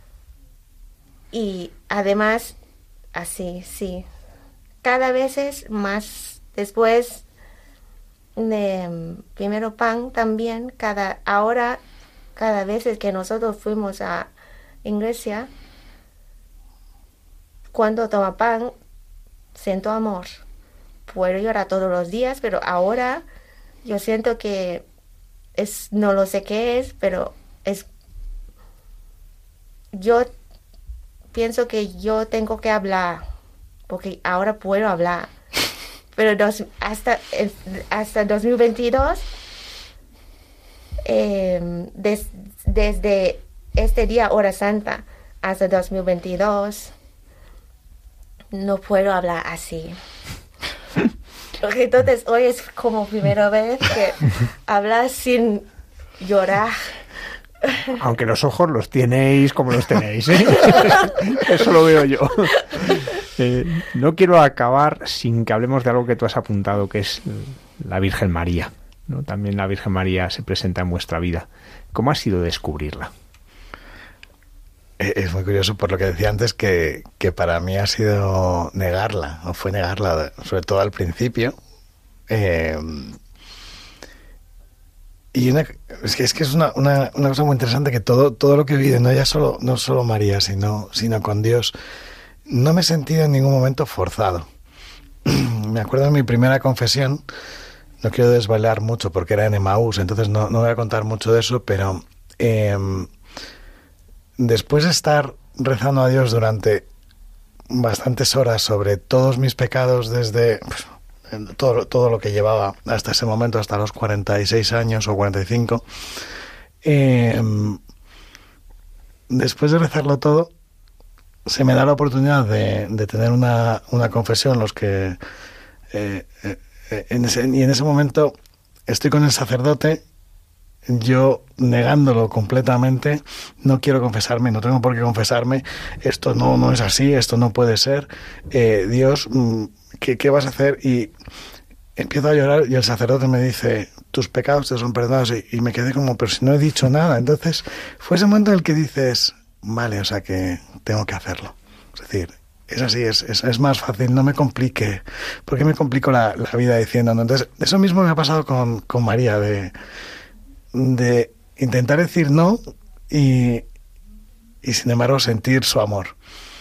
S7: y además así, sí, cada vez es más. Después de primero pan también, cada vez que nosotros fuimos a iglesia, cuando toma pan, siento amor. Puedo llorar todos los días, pero ahora yo siento que no lo sé qué es, pero yo pienso que yo tengo que hablar, porque ahora puedo hablar. Pero hasta 2022, desde este día, Hora Santa, hasta 2022, no puedo hablar así. Entonces hoy es como primera vez que hablar sin llorar.
S3: Aunque los ojos los tenéis como los tenéis, ¿eh? Eso lo veo yo. No quiero acabar sin que hablemos de algo que tú has apuntado, que es la Virgen María, ¿no? También la Virgen María se presenta en vuestra vida. ¿Cómo ha sido descubrirla?
S6: Es muy curioso por lo que decía antes, que para mí ha sido negarla, o fue negarla, sobre todo al principio. Y es que es una cosa muy interesante, que todo lo que he vivido, no solo María, sino con Dios, no me he sentido en ningún momento forzado. Me acuerdo de mi primera confesión, no quiero desvelar mucho porque era en Emaús, entonces no voy a contar mucho de eso, pero después de estar rezando a Dios durante bastantes horas sobre todos mis pecados, desde todo lo que llevaba hasta ese momento, hasta los 46 años o 45, después de rezarlo todo, se me da la oportunidad de tener una confesión en los que en ese momento estoy con el sacerdote, yo negándolo completamente, no quiero confesarme, no tengo por qué confesarme, esto no es así, esto no puede ser, Dios, ¿qué vas a hacer? Y empiezo a llorar y el sacerdote me dice, tus pecados te son perdonados, y me quedé como, pero si no he dicho nada. Entonces fue ese momento en el que dices, vale, o sea que tengo que hacerlo. Es decir, es así, es más fácil, no me complique. ¿Por qué me complico la vida diciéndolo? Entonces, eso mismo me ha pasado con María, de intentar decir no y sin embargo sentir su amor.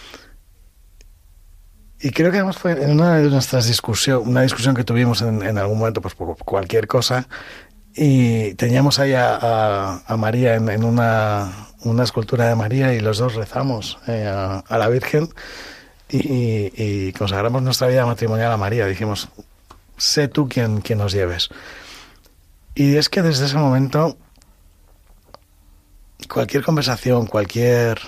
S6: Y creo que además fue en una de nuestras discusiones, una discusión que tuvimos en algún momento, pues por cualquier cosa, y teníamos ahí a María en una escultura de María, y los dos rezamos a la Virgen y consagramos nuestra vida matrimonial a María. Dijimos, sé tú quien nos lleves. Y es que desde ese momento cualquier conversación, cualquier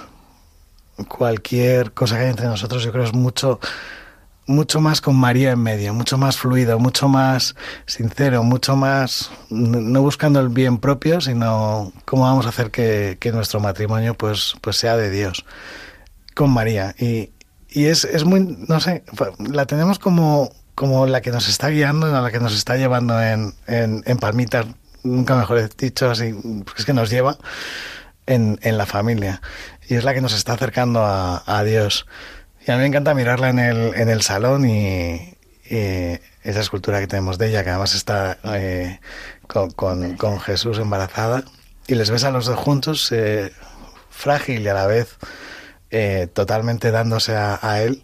S6: cosa que hay entre nosotros, yo creo es mucho más con María en medio, mucho más fluido, mucho más sincero, mucho más no buscando el bien propio, sino cómo vamos a hacer que nuestro matrimonio pues sea de Dios con María. Y es muy, no sé, la tenemos como la que nos está guiando, la que nos está llevando en palmitas, nunca mejor dicho, así, es que nos lleva en la familia, y es la que nos está acercando a Dios. Y a mí me encanta mirarla en el salón, y esa escultura que tenemos de ella, que además está con Jesús embarazada, y les ves a los dos juntos, frágil y a la vez totalmente dándose a él,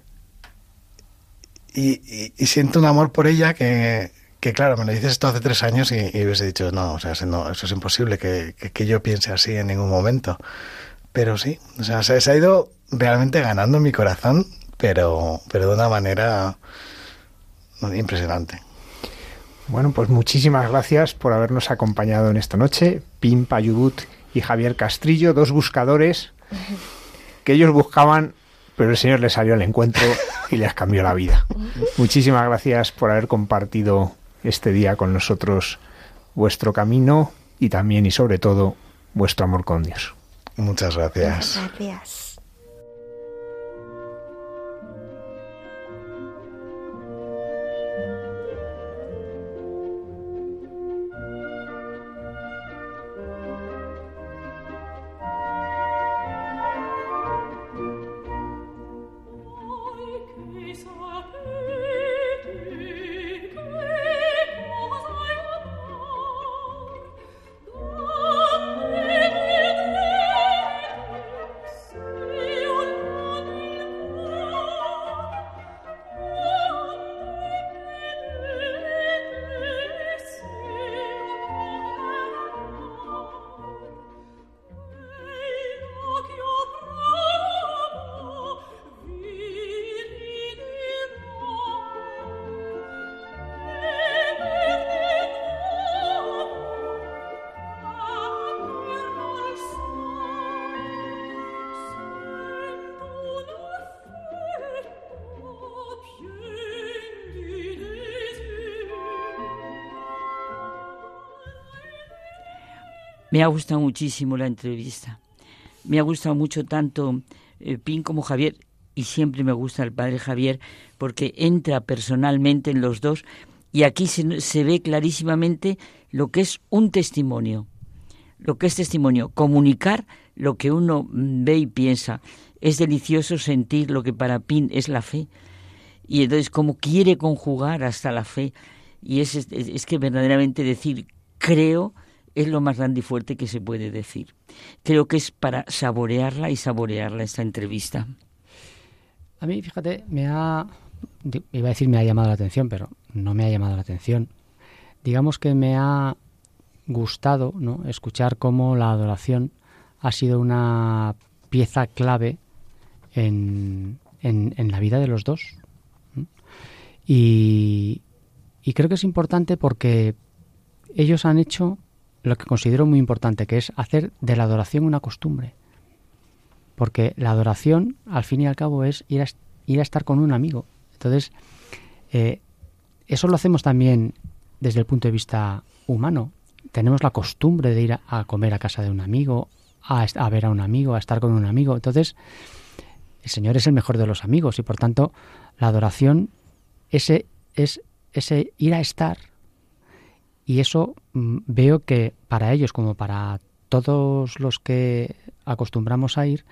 S6: y siento un amor por ella que claro, me lo dices esto hace 3 años y hubiese dicho, no, o sea, no, eso es imposible que yo piense así en ningún momento. Pero sí, o sea, se ha ido realmente ganando mi corazón, pero de una manera impresionante.
S3: Bueno, pues muchísimas gracias por habernos acompañado en esta noche. Pim Payudut y Javier Castrillo, 2 buscadores que ellos buscaban, pero el Señor les salió al encuentro y les cambió la vida. Muchísimas gracias por haber compartido este día con nosotros vuestro camino y también y sobre todo vuestro amor con Dios.
S6: Muchas gracias.
S7: Muchas gracias.
S8: Thank you.
S4: Me ha gustado muchísimo la entrevista. Me ha gustado mucho tanto Pin como Javier, y siempre me gusta el padre Javier porque entra personalmente en los dos, y aquí se ve clarísimamente lo que es un testimonio. Lo que es testimonio, comunicar lo que uno ve y piensa. Es delicioso sentir lo que para Pin es la fe. Y entonces cómo quiere conjugar hasta la fe. Y es que verdaderamente decir creo es lo más grande y fuerte que se puede decir. Creo que es para saborearla esta entrevista.
S5: A mí, fíjate, iba a decir me ha llamado la atención, pero no me ha llamado la atención. Digamos que me ha gustado, ¿no?, escuchar cómo la adoración ha sido una pieza clave en la vida de los dos. Y creo que es importante porque ellos han hecho lo que considero muy importante, que es hacer de la adoración una costumbre. Porque la adoración, al fin y al cabo, es ir a estar con un amigo. Entonces, eso lo hacemos también desde el punto de vista humano. Tenemos la costumbre de ir a comer a casa de un amigo, a ver a un amigo, a estar con un amigo. Entonces, el Señor es el mejor de los amigos y, por tanto, la adoración es ese ir a estar. Y eso veo que para ellos, como para todos los que acostumbramos a ir,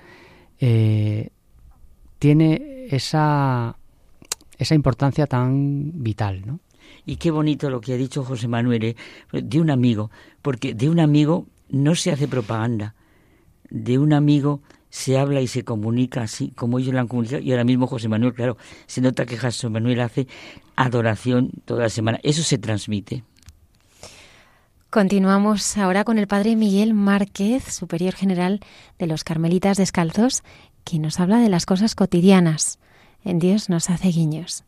S5: tiene esa importancia tan vital, ¿no?
S4: Y qué bonito lo que ha dicho José Manuel, de un amigo, porque de un amigo no se hace propaganda, de un amigo se habla y se comunica así como ellos lo han comunicado, y ahora mismo José Manuel, claro, se nota que José Manuel hace adoración toda la semana, eso se transmite.
S2: Continuamos ahora con el padre Miguel Márquez, superior general de los Carmelitas Descalzos, quien nos habla de las cosas cotidianas. En Dios nos hace guiños.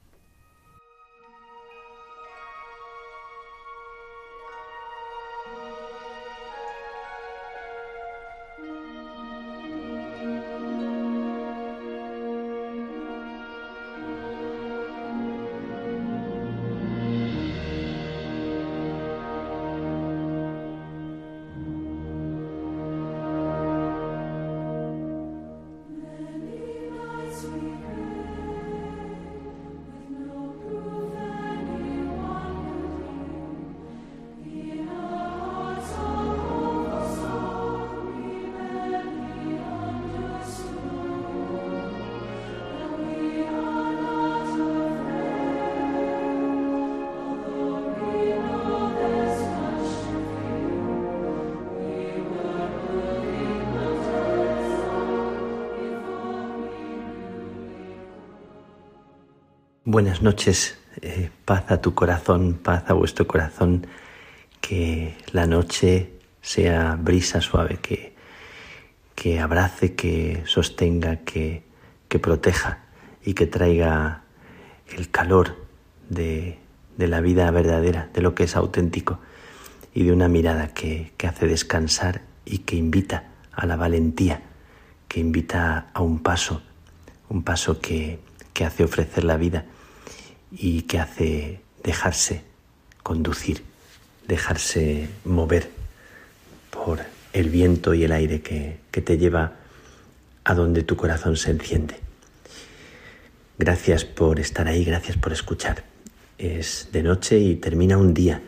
S8: Buenas noches, paz a tu corazón, paz a vuestro corazón, que la noche sea brisa suave, que abrace, que sostenga, que proteja y que traiga el calor de la vida verdadera, de lo que es auténtico, y de una mirada que hace descansar y que invita a la valentía, que invita a un paso que hace ofrecer la vida y que hace dejarse conducir, dejarse mover por el viento y el aire que te lleva a donde tu corazón se enciende. Gracias por estar ahí, gracias por escuchar. Es de noche y termina un día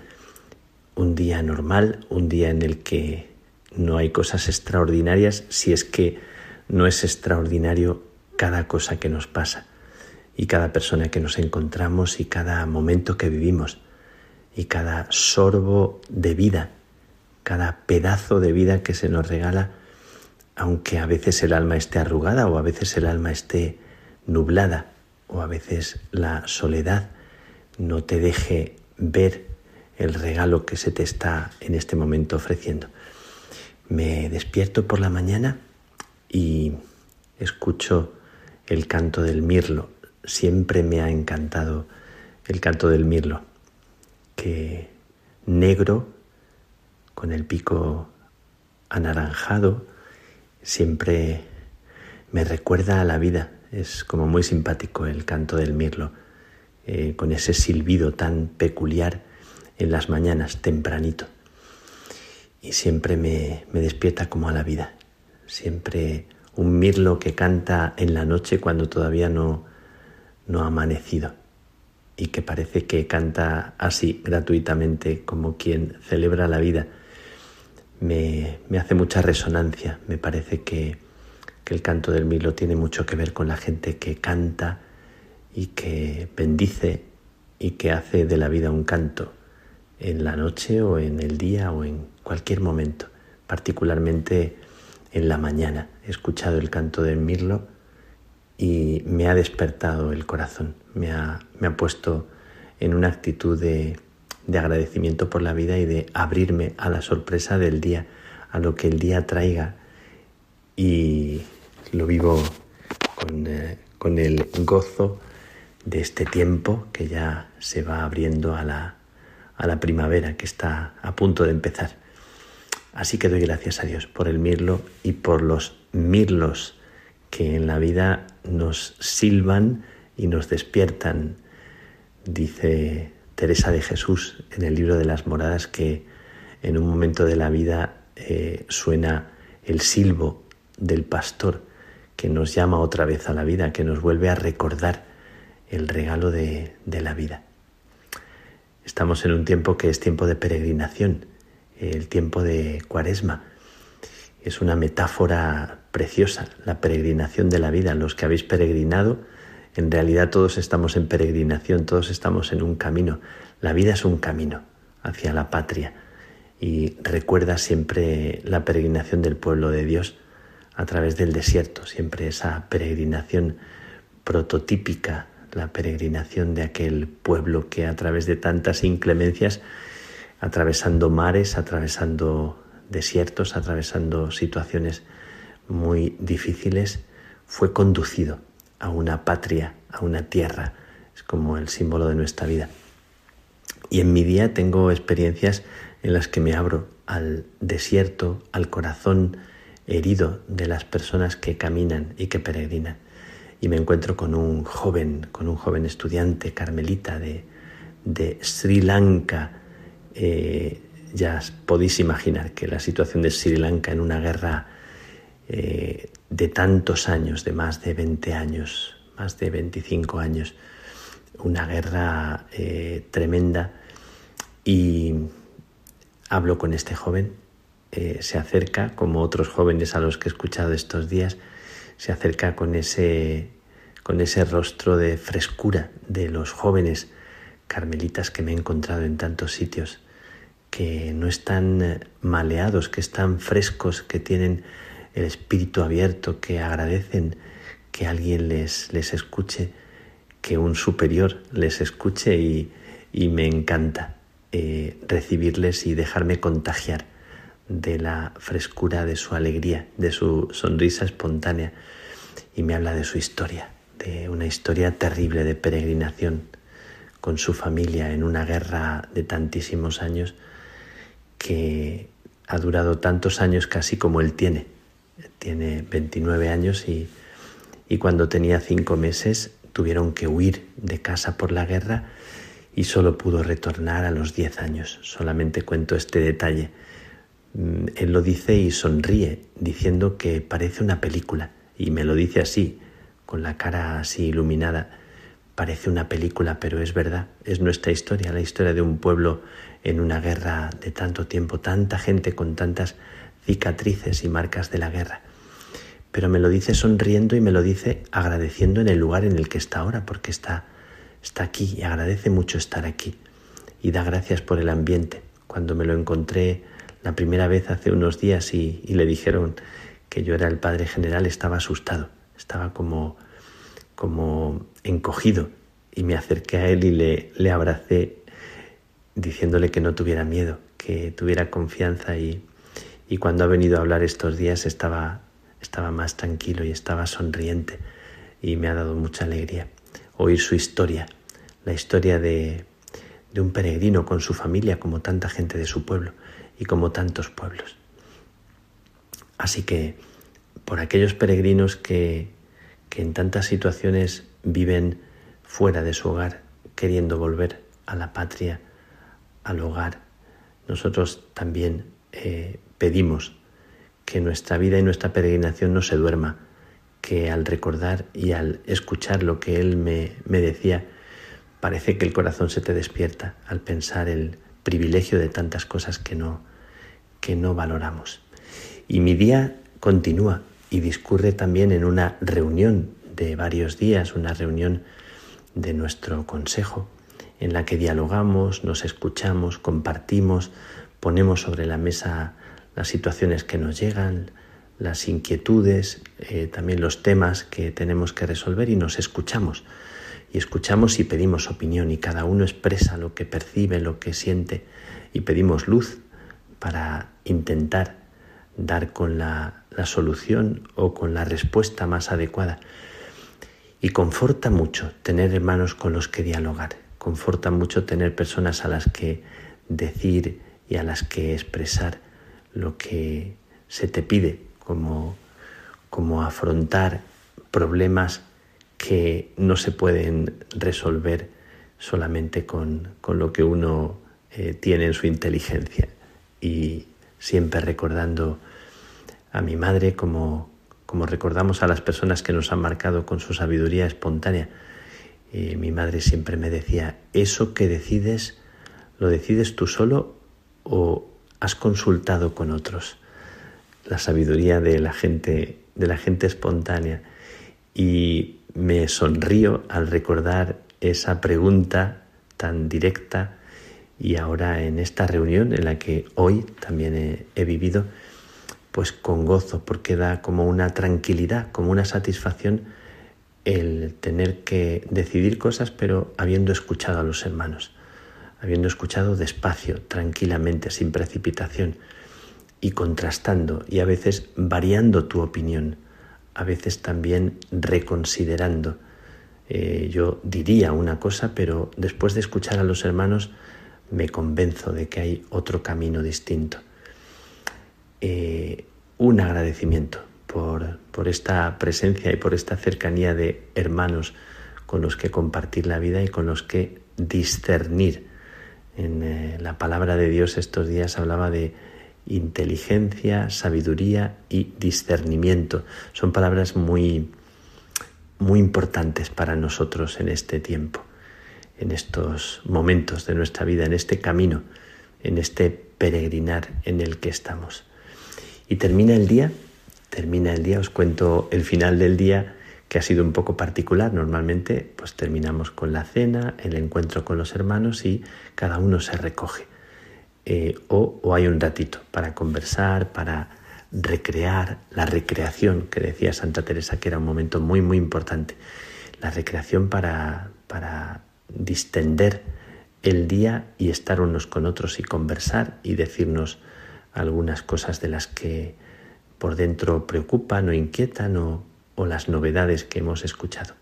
S8: normal, un día en el que no hay cosas extraordinarias, si es que no es extraordinario cada cosa que nos pasa, y cada persona que nos encontramos, y cada momento que vivimos, y cada sorbo de vida, cada pedazo de vida que se nos regala, aunque a veces el alma esté arrugada, o a veces el alma esté nublada, o a veces la soledad no te deje ver el regalo que se te está en este momento ofreciendo. Me despierto por la mañana y escucho el canto del mirlo. Siempre me ha encantado el canto del mirlo, que negro, con el pico anaranjado, siempre me recuerda a la vida. Es como muy simpático el canto del mirlo, con ese silbido tan peculiar en las mañanas, tempranito. y siempre me despierta como a la vida. Siempre un mirlo que canta en la noche cuando todavía no ha amanecido y que parece que canta así gratuitamente como quien celebra la vida. Me hace mucha resonancia. Me parece que el canto del mirlo tiene mucho que ver con la gente que canta y que bendice y que hace de la vida un canto en la noche o en el día o en cualquier momento, particularmente en la mañana. He escuchado el canto del mirlo y me ha despertado el corazón, me ha puesto en una actitud de agradecimiento por la vida y de abrirme a la sorpresa del día, a lo que el día traiga, y lo vivo con el gozo de este tiempo que ya se va abriendo a la primavera, que está a punto de empezar. Así que doy gracias a Dios por el mirlo y por los mirlos que en la vida nos silban y nos despiertan. Dice Teresa de Jesús en el libro de las Moradas que en un momento de la vida suena el silbo del pastor que nos llama otra vez a la vida, que nos vuelve a recordar el regalo de la vida. Estamos en un tiempo que es tiempo de peregrinación, el tiempo de Cuaresma. Es una metáfora preciosa, la peregrinación de la vida. Los que habéis peregrinado, en realidad todos estamos en peregrinación, todos estamos en un camino. La vida es un camino hacia la patria y recuerda siempre la peregrinación del pueblo de Dios a través del desierto, siempre esa peregrinación prototípica, la peregrinación de aquel pueblo que a través de tantas inclemencias, atravesando mares, atravesando desiertos, atravesando situaciones muy difíciles, fue conducido a una patria, a una tierra. Es como el símbolo de nuestra vida. Y en mi día tengo experiencias en las que me abro al desierto, al corazón herido de las personas que caminan y que peregrinan. Y me encuentro con un joven estudiante carmelita de Sri Lanka. Ya podéis imaginar que la situación de Sri Lanka en una guerra de tantos años, de más de 20 años, más de 25 años, una guerra tremenda, y hablo con este joven, se acerca, como otros jóvenes a los que he escuchado estos días, se acerca con ese rostro de frescura de los jóvenes carmelitas que me he encontrado en tantos sitios, que no están maleados, que están frescos, que tienen el espíritu abierto, que agradecen que alguien les escuche, que un superior les escuche, y me encanta recibirles y dejarme contagiar de la frescura, de su alegría, de su sonrisa espontánea. Y me habla de su historia, de una historia terrible de peregrinación con su familia en una guerra de tantísimos años que ha durado tantos años casi como él tiene. Tiene 29 años y cuando tenía 5 meses tuvieron que huir de casa por la guerra y solo pudo retornar a los 10 años. Solamente cuento este detalle. Él lo dice y sonríe, diciendo que parece una película, y me lo dice así, con la cara así iluminada. Parece una película, pero es verdad, es nuestra historia, la historia de un pueblo en una guerra de tanto tiempo, tanta gente con tantas cicatrices y marcas de la guerra. Pero me lo dice sonriendo y me lo dice agradeciendo en el lugar en el que está ahora, porque está aquí y agradece mucho estar aquí. Y da gracias por el ambiente. Cuando me lo encontré la primera vez hace unos días y le dijeron que yo era el padre general, estaba asustado, estaba como encogido, y me acerqué a él y le abracé diciéndole que no tuviera miedo, que tuviera confianza, y cuando ha venido a hablar estos días estaba más tranquilo y estaba sonriente, y me ha dado mucha alegría oír su historia, la historia de un peregrino con su familia, como tanta gente de su pueblo y como tantos pueblos. Así que por aquellos peregrinos que en tantas situaciones viven fuera de su hogar, queriendo volver a la patria, al hogar, nosotros también pedimos que nuestra vida y nuestra peregrinación no se duerma, que al recordar y al escuchar lo que él me decía, parece que el corazón se te despierta al pensar el privilegio de tantas cosas que no valoramos. Y mi día continúa y discurre también en una reunión de varios días, una reunión de nuestro consejo, en la que dialogamos, nos escuchamos, compartimos, ponemos sobre la mesa las situaciones que nos llegan, las inquietudes, también los temas que tenemos que resolver, y nos escuchamos. Y escuchamos y pedimos opinión, y cada uno expresa lo que percibe, lo que siente, y pedimos luz para intentar dar con la solución o con la respuesta más adecuada. Y conforta mucho tener hermanos con los que dialogar, conforta mucho tener personas a las que decir y a las que expresar lo que se te pide, como afrontar problemas que no se pueden resolver solamente con lo que uno tiene en su inteligencia. Y siempre recordando a mi madre, como recordamos a las personas que nos han marcado con su sabiduría espontánea. Mi madre siempre me decía: ¿eso que decides, lo decides tú solo o has consultado con otros? La sabiduría de la gente espontánea. Y me sonrío al recordar esa pregunta tan directa, y ahora en esta reunión en la que hoy también he vivido, pues con gozo, porque da como una tranquilidad, como una satisfacción el tener que decidir cosas, pero habiendo escuchado a los hermanos, habiendo escuchado despacio, tranquilamente, sin precipitación, y contrastando, y a veces variando tu opinión, a veces también reconsiderando. Yo diría una cosa, pero después de escuchar a los hermanos me convenzo de que hay otro camino distinto. Un agradecimiento por esta presencia y por esta cercanía de hermanos con los que compartir la vida y con los que discernir. En la palabra de Dios estos días hablaba de inteligencia, sabiduría y discernimiento. Son palabras muy, muy importantes para nosotros en este tiempo, en estos momentos de nuestra vida, en este camino, en este peregrinar en el que estamos. Y termina el día, os cuento el final del día, que ha sido un poco particular. Normalmente pues terminamos con la cena, el encuentro con los hermanos, y cada uno se recoge. O hay un ratito para conversar, para recrear, la recreación, que decía Santa Teresa que era un momento muy, muy importante. La recreación para distender el día y estar unos con otros y conversar y decirnos algunas cosas de las que por dentro preocupan o inquietan, o las novedades que hemos escuchado.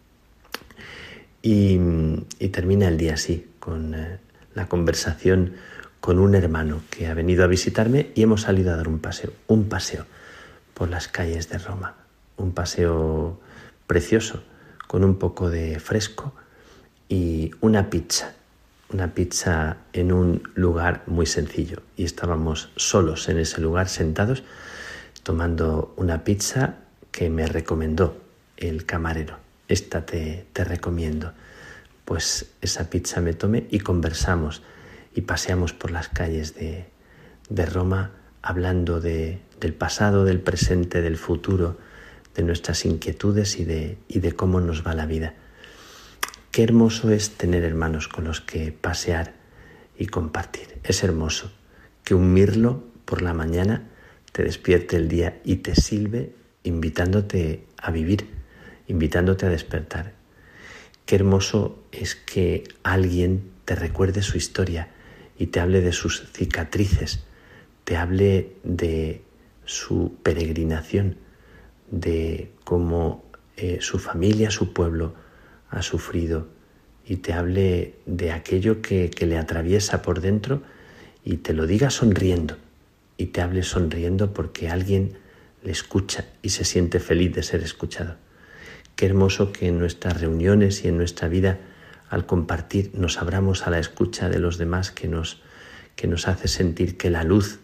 S8: Y termina el día así, con la conversación con un hermano que ha venido a visitarme, y hemos salido a dar un paseo por las calles de Roma, un paseo precioso, con un poco de fresco y una pizza en un lugar muy sencillo. Y estábamos solos en ese lugar, sentados, tomando una pizza que me recomendó el camarero. Esta te recomiendo. Pues esa pizza me tomé y conversamos y paseamos por las calles de Roma, hablando del pasado, del presente, del futuro, de nuestras inquietudes y de cómo nos va la vida. Qué hermoso es tener hermanos con los que pasear y compartir. Es hermoso que un mirlo por la mañana te despierte el día y te silbe, invitándote a vivir, invitándote a despertar. Qué hermoso es que alguien te recuerde su historia y te hable de sus cicatrices, te hable de su peregrinación, de cómo su familia, su pueblo ha sufrido, y te hable de aquello que le atraviesa por dentro, y te lo diga sonriendo, y te hable sonriendo porque alguien le escucha y se siente feliz de ser escuchado. Qué hermoso que en nuestras reuniones y en nuestra vida, al compartir, nos abramos a la escucha de los demás, que nos hace sentir que la luz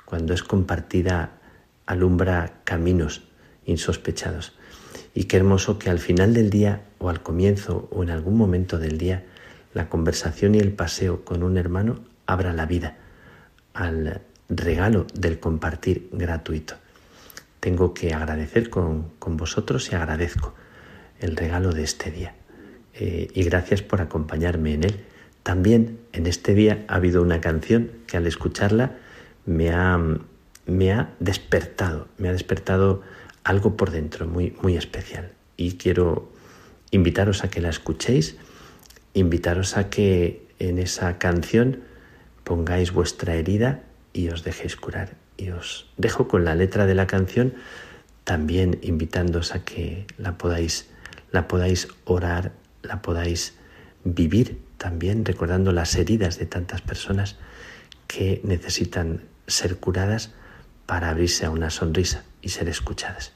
S8: cuando es compartida, alumbra caminos insospechados. Y qué hermoso que al final del día, o al comienzo, o en algún momento del día, la conversación y el paseo con un hermano abra la vida al regalo del compartir gratuito. Tengo que agradecer con vosotros y agradezco el regalo de este día. Y gracias por acompañarme en él. También en este día ha habido una canción que al escucharla me ha despertado algo por dentro muy, muy especial. Y quiero invitaros a que la escuchéis, invitaros a que en esa canción pongáis vuestra herida y os dejéis curar. Y os dejo con la letra de la canción, también invitándoos a que la podáis orar, la podáis vivir también, recordando las heridas de tantas personas que necesitan ser curadas para abrirse a una sonrisa y ser escuchadas.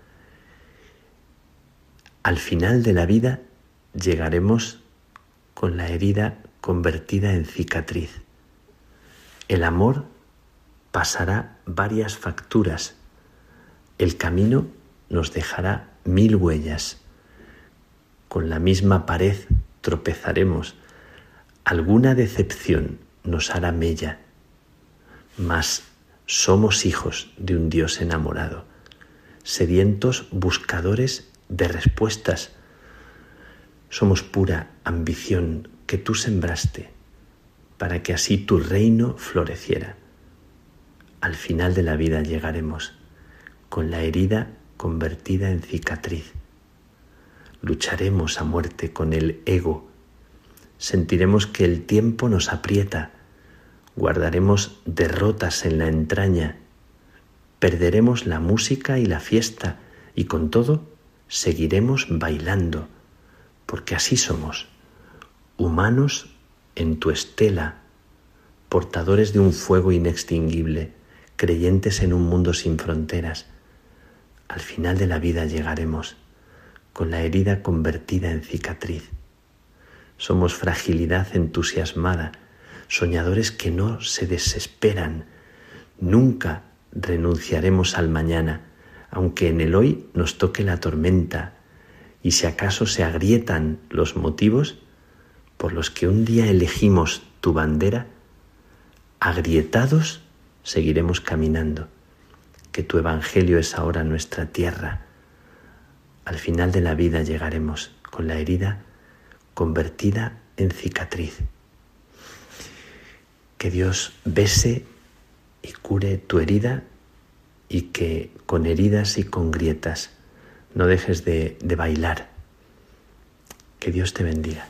S8: Al final de la vida llegaremos con la herida convertida en cicatriz. El amor pasará varias facturas. El camino nos dejará 1000 huellas. Con la misma pared tropezaremos. Alguna decepción nos hará mella. Mas somos hijos de un Dios enamorado, sedientos buscadores de respuestas. Somos pura ambición que tú sembraste para que así tu reino floreciera. Al final de la vida llegaremos con la herida convertida en cicatriz. Lucharemos a muerte con el ego. Sentiremos que el tiempo nos aprieta. Guardaremos derrotas en la entraña. Perderemos la música y la fiesta y con todo seguiremos bailando, porque así somos, humanos en tu estela, portadores de un fuego inextinguible, creyentes en un mundo sin fronteras. Al final de la vida llegaremos con la herida convertida en cicatriz. Somos fragilidad entusiasmada, soñadores que no se desesperan. Nunca renunciaremos al mañana, aunque en el hoy nos toque la tormenta, y si acaso se agrietan los motivos por los que un día elegimos tu bandera, agrietados seguiremos caminando, que tu evangelio es ahora nuestra tierra. Al final de la vida llegaremos con la herida convertida en cicatriz. Que Dios bese y cure tu herida y que con heridas y con grietas no dejes de bailar. Que Dios te bendiga.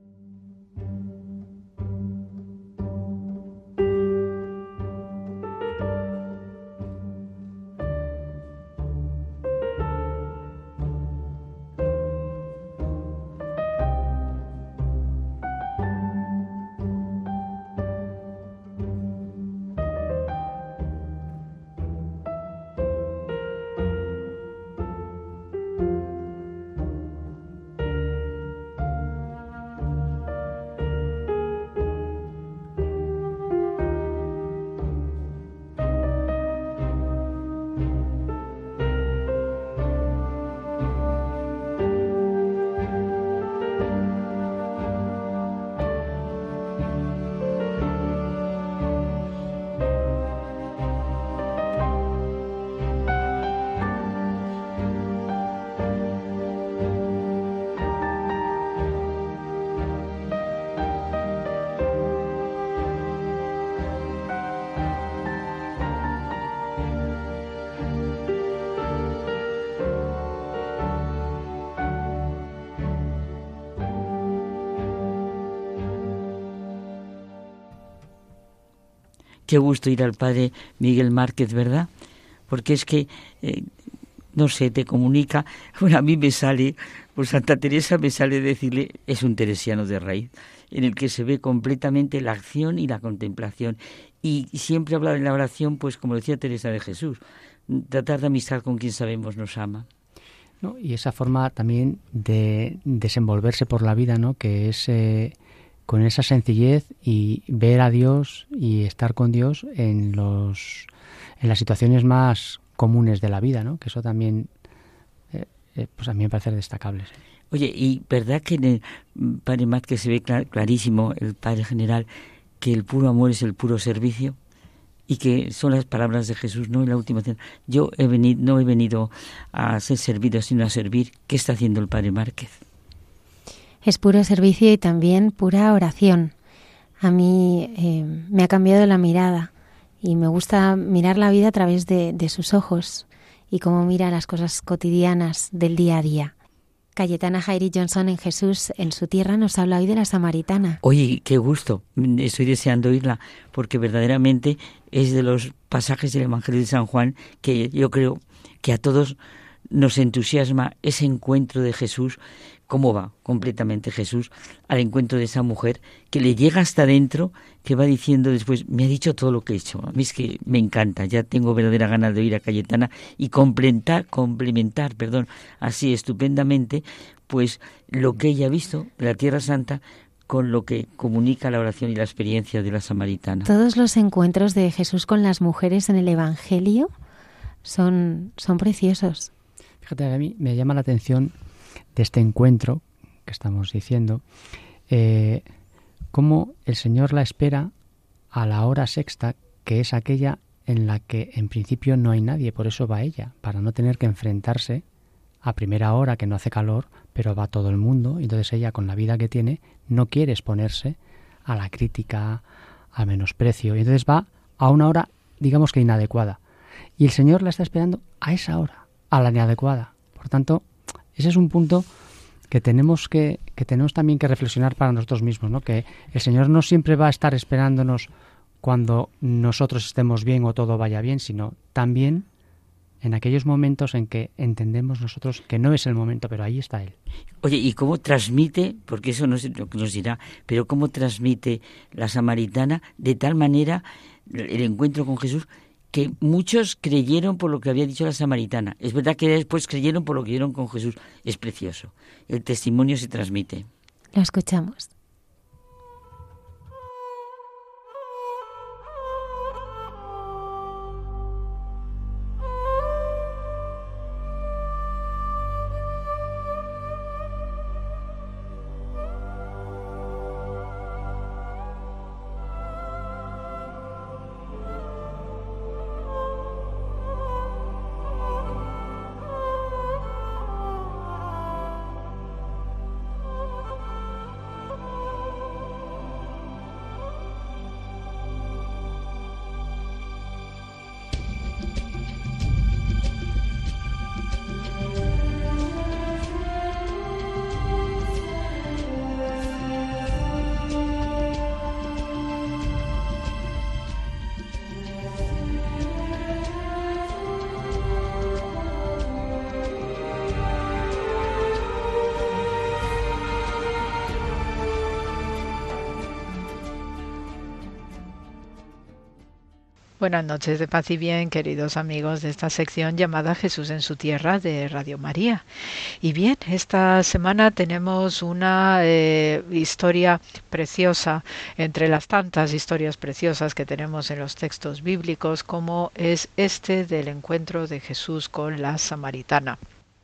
S4: Qué gusto ir al padre Miguel Márquez, ¿verdad? Porque es que, no sé, te comunica. Bueno, a mí me sale, por Santa Teresa me sale decirle, es un teresiano de raíz, en el que se ve completamente la acción y la contemplación. Y siempre habla en la oración, pues como decía Teresa de Jesús, tratar de amistad con quien sabemos nos ama.
S5: ¿No? Y esa forma también de desenvolverse por la vida, ¿no? Que es con esa sencillez y ver a Dios y estar con Dios en las situaciones más comunes de la vida, ¿no? Que eso también pues a mí me parece destacable. ¿Sí?
S4: Oye, y verdad que en el Padre Matt, que se ve clarísimo, el Padre General, que el puro amor es el puro servicio, y que son las palabras de Jesús, ¿no? En la última cena, no he venido a ser servido, sino a servir. ¿Qué está haciendo el Padre Márquez?
S2: Es puro servicio y también pura oración. A mí me ha cambiado la mirada y me gusta mirar la vida a través de sus ojos y cómo mira las cosas cotidianas del día a día. Cayetana Jairi Johnson en Jesús en su tierra nos habla hoy de la Samaritana.
S4: Oye, qué gusto, estoy deseando oírla, porque verdaderamente es de los pasajes del Evangelio de San Juan que yo creo que a todos nos entusiasma ese encuentro de Jesús. ¿Cómo va completamente Jesús al encuentro de esa mujer que le llega hasta dentro, que va diciendo después, me ha dicho todo lo que he hecho? A mí es que me encanta, ya tengo verdadera ganas de oír a Cayetana y complementar, así estupendamente, pues lo que ella ha visto de la Tierra Santa con lo que comunica la oración y la experiencia de la Samaritana.
S2: Todos los encuentros de Jesús con las mujeres en el Evangelio son preciosos.
S5: Fíjate, a mí me llama la atención de este encuentro que estamos diciendo, cómo el Señor la espera a la hora sexta, que es aquella en la que en principio no hay nadie, por eso va ella, para no tener que enfrentarse a primera hora, que no hace calor, pero va todo el mundo, y entonces ella, con la vida que tiene, no quiere exponerse a la crítica, al menosprecio, y entonces va a una hora, digamos que inadecuada, y el Señor la está esperando a esa hora, a la inadecuada. Por tanto, ese es un punto que tenemos también que reflexionar para nosotros mismos, ¿no? Que el Señor no siempre va a estar esperándonos cuando nosotros estemos bien o todo vaya bien, sino también en aquellos momentos en que entendemos nosotros que no es el momento, pero ahí está Él.
S4: Oye, ¿y cómo transmite, porque eso no sé lo que nos dirá, pero cómo transmite la Samaritana de tal manera el encuentro con Jesús que muchos creyeron por lo que había dicho la Samaritana? Es verdad que después creyeron por lo que vieron con Jesús. Es precioso. El testimonio se transmite.
S2: Lo escuchamos.
S9: Buenas noches de paz y bien, queridos amigos de esta sección llamada Jesús en su tierra de Radio María. Y bien, esta semana tenemos una historia preciosa, entre las tantas historias preciosas que tenemos en los textos bíblicos, como es este del encuentro de Jesús con la Samaritana.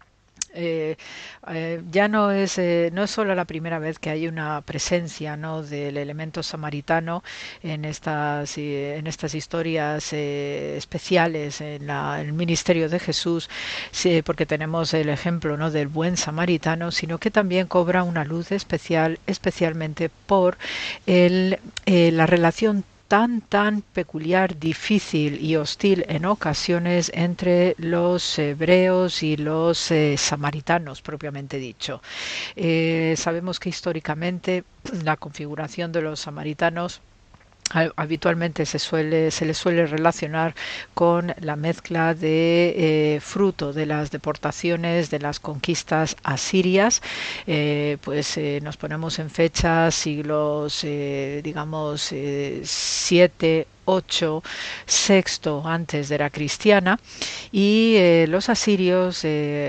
S9: Ya no es solo la primera vez que hay una presencia, ¿no?, del elemento samaritano en estas historias especiales en el ministerio de Jesús, porque tenemos el ejemplo, ¿no?, del buen samaritano, sino que también cobra una luz especial, especialmente por la relación tan peculiar, difícil y hostil en ocasiones entre los hebreos y los samaritanos, propiamente dicho. Sabemos que históricamente la configuración de los samaritanos habitualmente se le suele relacionar con la mezcla de fruto de las deportaciones, de las conquistas asirias. Nos ponemos en fechas siglos, digamos, 7, 8, sexto antes de la cristiana, y los asirios,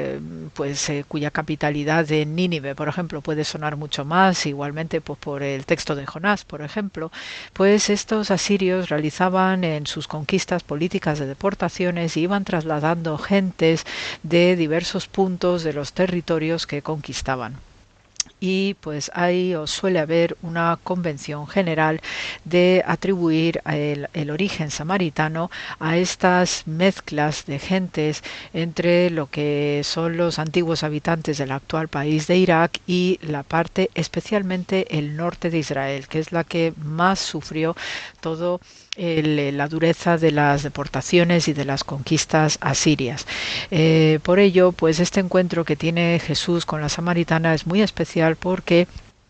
S9: cuya capitalidad de Nínive, por ejemplo, puede sonar mucho más, igualmente pues, por el texto de Jonás, por ejemplo, pues estos asirios realizaban en sus conquistas políticas de deportaciones y iban trasladando gentes de diversos puntos de los territorios que conquistaban. Y pues ahí suele haber una convención general de atribuir el origen samaritano a estas mezclas de gentes entre lo que son los antiguos habitantes del actual país de Irak y la parte, especialmente el norte de Israel, que es la que más sufrió todo la dureza de las deportaciones y de las conquistas asirias. Por ello, pues este encuentro que tiene Jesús con la samaritana es muy especial porque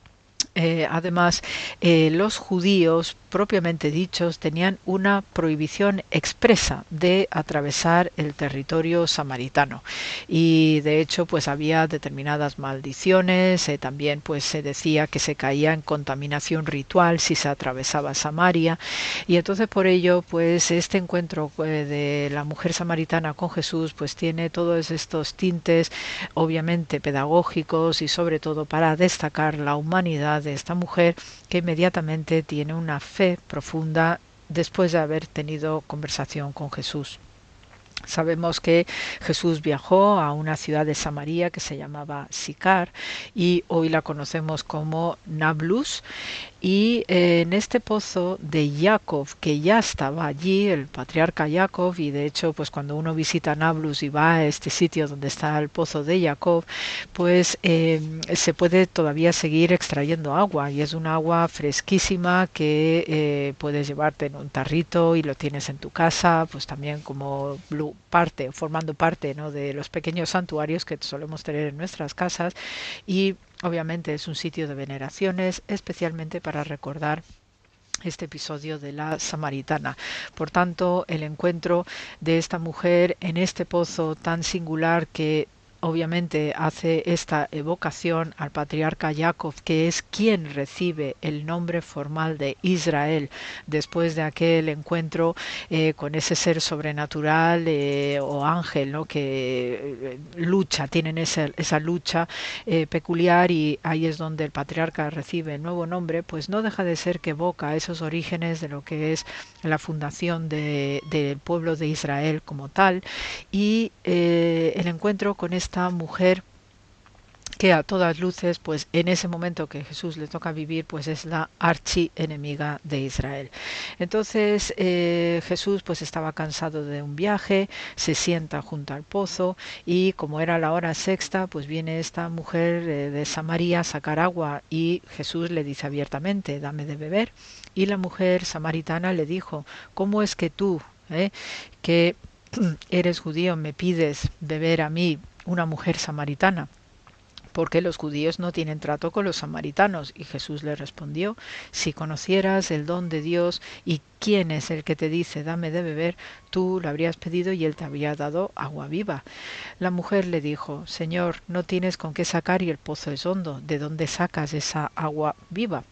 S9: además los judíos propiamente dichos tenían una prohibición expresa de atravesar el territorio samaritano, y de hecho pues había determinadas maldiciones, también pues se decía que se caía en contaminación ritual si se atravesaba Samaria, y entonces por ello pues este encuentro de la mujer samaritana con Jesús pues tiene todos estos tintes obviamente pedagógicos y sobre todo para destacar la humanidad de esta mujer, que inmediatamente tiene una fe profunda después de haber tenido conversación con Jesús. Sabemos que Jesús viajó a una ciudad de Samaria que se llamaba Sicar y hoy la conocemos como Nablus, y en este pozo de Jacob, que ya estaba allí el patriarca Jacob, y de hecho pues cuando uno visita Nablus y va a este sitio donde está el pozo de Jacob, pues se puede todavía seguir extrayendo agua, y es un agua fresquísima que puedes llevarte en un tarrito y lo tienes en tu casa, pues también como formando parte, ¿no?, de los pequeños santuarios que solemos tener en nuestras casas, y obviamente es un sitio de veneraciones, especialmente para recordar este episodio de la samaritana. Por tanto, el encuentro de esta mujer en este pozo tan singular que obviamente hace esta evocación al patriarca Jacob, que es quien recibe el nombre formal de Israel después de aquel encuentro con ese ser sobrenatural o ángel, ¿no?, que tienen esa lucha peculiar, y ahí es donde el patriarca recibe el nuevo nombre, pues no deja de ser que evoca esos orígenes de lo que es la fundación del pueblo de Israel como tal, y el encuentro con esta mujer que a todas luces, pues en ese momento que Jesús le toca vivir, pues es la archienemiga de Israel. Entonces Jesús pues estaba cansado de un viaje, se sienta junto al pozo, y como era la hora sexta, pues viene esta mujer de Samaria a sacar agua, y Jesús le dice abiertamente: dame de beber. Y la mujer samaritana le dijo: ¿cómo es que tú, que eres judío, me pides beber a mí, una mujer samaritana? Porque los judíos no tienen trato con los samaritanos. Y Jesús le respondió: si conocieras el don de Dios y quién es el que te dice dame de beber, tú lo habrías pedido y él te habría dado agua viva. La mujer le dijo: Señor, no tienes con qué sacar y el pozo es hondo, ¿de dónde sacas esa agua viva?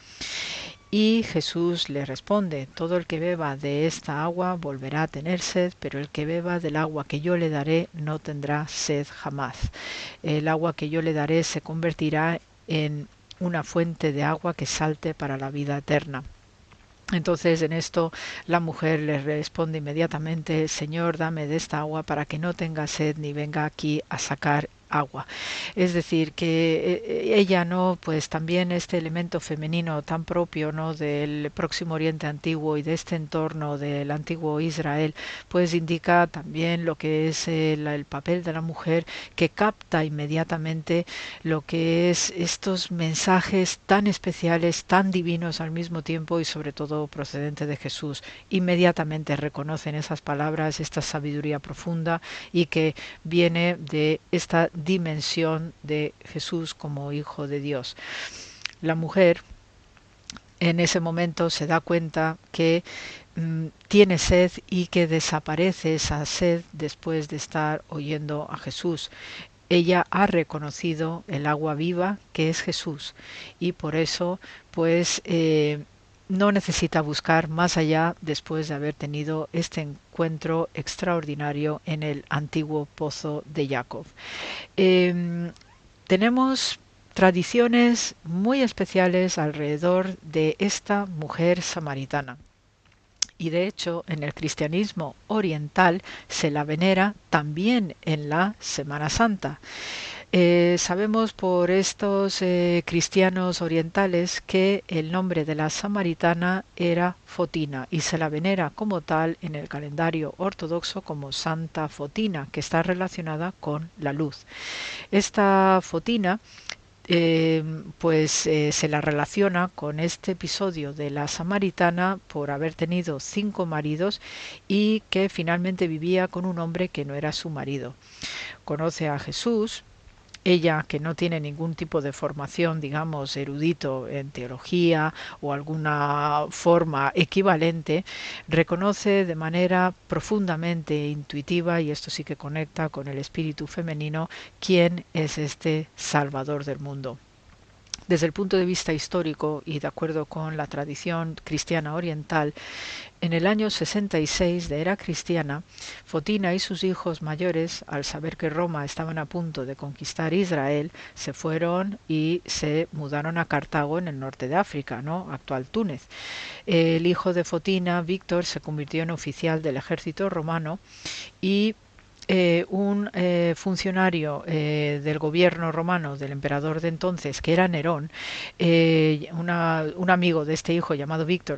S9: Y Jesús le responde: todo el que beba de esta agua volverá a tener sed, pero el que beba del agua que yo le daré no tendrá sed jamás. El agua que yo le daré se convertirá en una fuente de agua que salte para la vida eterna. Entonces en esto la mujer le responde inmediatamente: Señor, dame de esta agua para que no tenga sed ni venga aquí a sacar agua. Es decir, que ella, no, pues también este elemento femenino tan propio, ¿no?, del Próximo Oriente antiguo y de este entorno del antiguo Israel, pues indica también lo que es el papel de la mujer, que capta inmediatamente lo que es estos mensajes tan especiales, tan divinos al mismo tiempo, y sobre todo procedente de Jesús. Inmediatamente reconocen esas palabras, esta sabiduría profunda, y que viene de esta dimensión de Jesús como Hijo de Dios. La mujer en ese momento se da cuenta que tiene sed y que desaparece esa sed después de estar oyendo a Jesús. Ella ha reconocido el agua viva que es Jesús y por eso pues no necesita buscar más allá después de haber tenido este encuentro extraordinario en el antiguo pozo de Jacob. Tenemos tradiciones muy especiales alrededor de esta mujer samaritana. Y de hecho, en el cristianismo oriental se la venera también en la Semana Santa. Sabemos por estos cristianos orientales que el nombre de la samaritana era Fotina y se la venera como tal en el calendario ortodoxo como Santa Fotina, que está relacionada con la luz. Esta Fotina se la relaciona con este episodio de la samaritana por haber tenido 5 maridos y que finalmente vivía con un hombre que no era su marido. Conoce a Jesús. Ella, que no tiene ningún tipo de formación, digamos, erudito en teología o alguna forma equivalente, reconoce de manera profundamente intuitiva, y esto sí que conecta con el espíritu femenino, quién es este Salvador del mundo. Desde el punto de vista histórico y de acuerdo con la tradición cristiana oriental, en el año 66 de era cristiana, Fotina y sus hijos mayores, al saber que Roma estaban a punto de conquistar Israel, se fueron y se mudaron a Cartago en el norte de África, actual Túnez. El hijo de Fotina, Víctor, se convirtió en oficial del ejército romano y un funcionario del gobierno romano del emperador de entonces, que era Nerón, un amigo de este hijo llamado Víctor,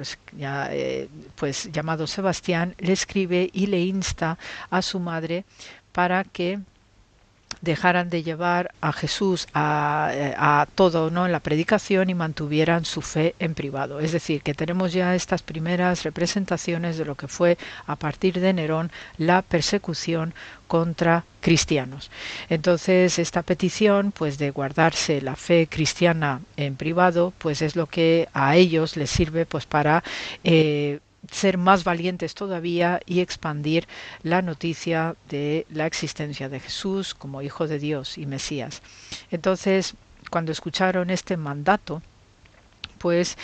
S9: llamado Sebastián, le escribe y le insta a su madre para que dejaran de llevar a Jesús a todo, en la predicación, y mantuvieran su fe en privado. Es decir, que tenemos ya estas primeras representaciones de lo que fue a partir de Nerón la persecución contra cristianos. Entonces, esta petición pues de guardarse la fe cristiana en privado, pues es lo que a ellos les sirve pues para ser más valientes todavía y expandir la noticia de la existencia de Jesús como Hijo de Dios y Mesías. Entonces, cuando escucharon este mandato, pues